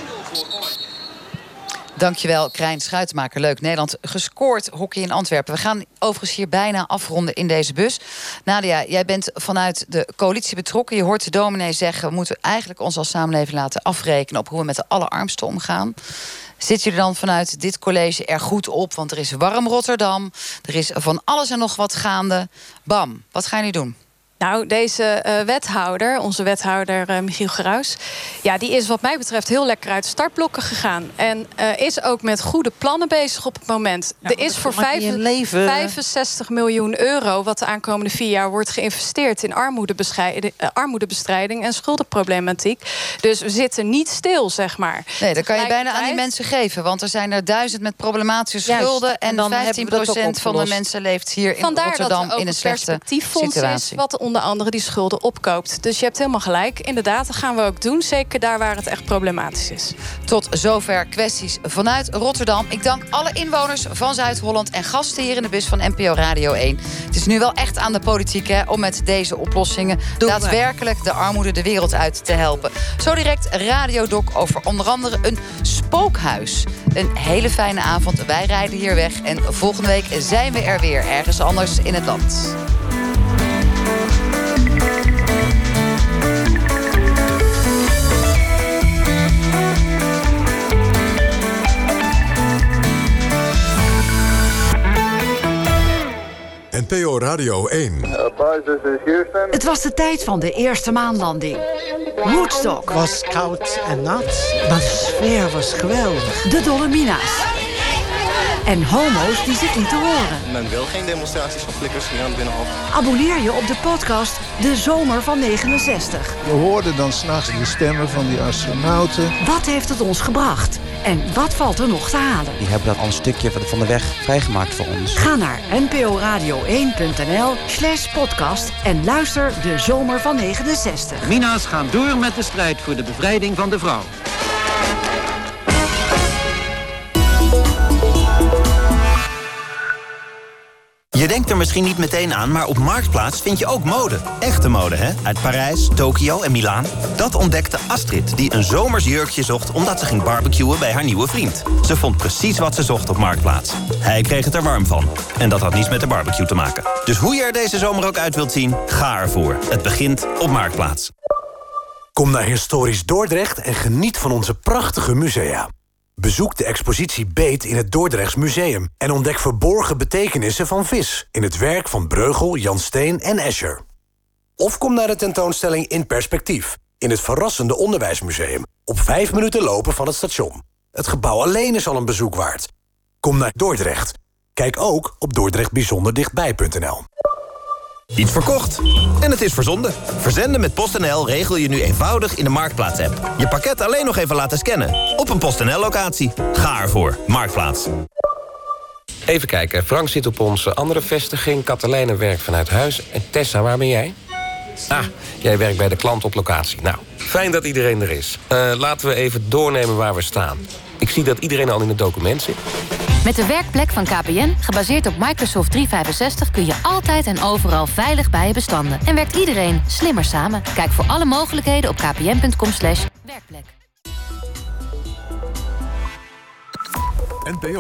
Dankjewel, Krijn Schuitenmaker. Leuk. Nederland gescoord hockey in Antwerpen. We gaan overigens hier bijna afronden in deze bus. Nadia, jij bent vanuit de coalitie betrokken. Je hoort de dominee zeggen, we moeten eigenlijk ons als samenleving laten afrekenen op hoe we met de allerarmsten omgaan. Zitten jullie dan vanuit dit college er goed op? Want er is warm Rotterdam. Er is van alles en nog wat gaande. Bam, wat gaan jullie doen? Nou, deze uh, wethouder, onze wethouder uh, Michiel Geruis, ja, die is wat mij betreft heel lekker uit de startblokken gegaan. En uh, is ook met goede plannen bezig op het moment. Ja, er is voor vijfenzestig miljoen euro wat de aankomende vier jaar wordt geïnvesteerd in armoedebestrijding, uh, armoedebestrijding en schuldenproblematiek. Dus we zitten niet stil, zeg maar. Nee, dat kan je bijna aan die mensen geven. Want er zijn er duizend met problematische schulden. Juist, en, en dan vijftien procent van de mensen leeft hier in Vandaar Rotterdam dat er ook in een slechte perspectieffonds situatie. is wat onder andere die schulden opkoopt. Dus je hebt helemaal gelijk. Inderdaad, dat gaan we ook doen. Zeker daar waar het echt problematisch is. Tot zover kwesties vanuit Rotterdam. Ik dank alle inwoners van Zuid-Holland en gasten hier in de bus van N P O Radio één. Het is nu wel echt aan de politiek, hè, om met deze oplossingen Doe daadwerkelijk de armoede de wereld uit te helpen. Zo direct Radiodoc over onder andere een spookhuis. Een hele fijne avond. Wij rijden hier weg en volgende week zijn we er weer ergens anders in het land. N P O Radio één. Het was de tijd van de eerste maanlanding. Woodstock. Was koud en nat, maar de sfeer was geweldig. De Dolomina's. En homo's die zich lieten horen. Men wil geen demonstraties van flikkers hier aan het Binnenhof. Abonneer je op de podcast De Zomer van negenenzestig. We hoorden dan s'nachts de stemmen van die astronauten. Wat heeft het ons gebracht? En wat valt er nog te halen? Die hebben dat al een stukje van de weg vrijgemaakt voor ons. Ga naar n p o radio één punt n l slash podcast en luister De Zomer van negenenzestig. Mina's gaan door met de strijd voor de bevrijding van de vrouw. Je denkt er misschien niet meteen aan, maar op Marktplaats vind je ook mode. Echte mode, hè? Uit Parijs, Tokio en Milaan. Dat ontdekte Astrid, die een zomers jurkje zocht omdat ze ging barbecuen bij haar nieuwe vriend. Ze vond precies wat ze zocht op Marktplaats. Hij kreeg het er warm van. En dat had niets met de barbecue te maken. Dus hoe je er deze zomer ook uit wilt zien, ga ervoor. Het begint op Marktplaats. Kom naar Historisch Dordrecht en geniet van onze prachtige musea. Bezoek de expositie Beet in het Dordrechts Museum en ontdek verborgen betekenissen van vis in het werk van Breugel, Jan Steen en Escher. Of kom naar de tentoonstelling In Perspectief in het verrassende Onderwijsmuseum op vijf minuten lopen van het station. Het gebouw alleen is al een bezoek waard. Kom naar Dordrecht. Kijk ook op dordrecht bijzonder dichtbij punt n l. Iets verkocht. En het is verzonden. Verzenden met PostNL regel je nu eenvoudig in de Marktplaats-app. Je pakket alleen nog even laten scannen. Op een PostNL-locatie. Ga ervoor. Marktplaats. Even kijken. Frank zit op onze andere vestiging. Katelijne werkt vanuit huis. En Tessa, waar ben jij? Ah, jij werkt bij de klant op locatie. Nou, fijn dat iedereen er is. Uh, laten we even doornemen waar we staan. Ik zie dat iedereen al in het document zit. Met de werkplek van K P N, gebaseerd op Microsoft driehonderdvijfenzestig... kun je altijd en overal veilig bij je bestanden. En werkt iedereen slimmer samen. Kijk voor alle mogelijkheden op kpn.com slash werkplek.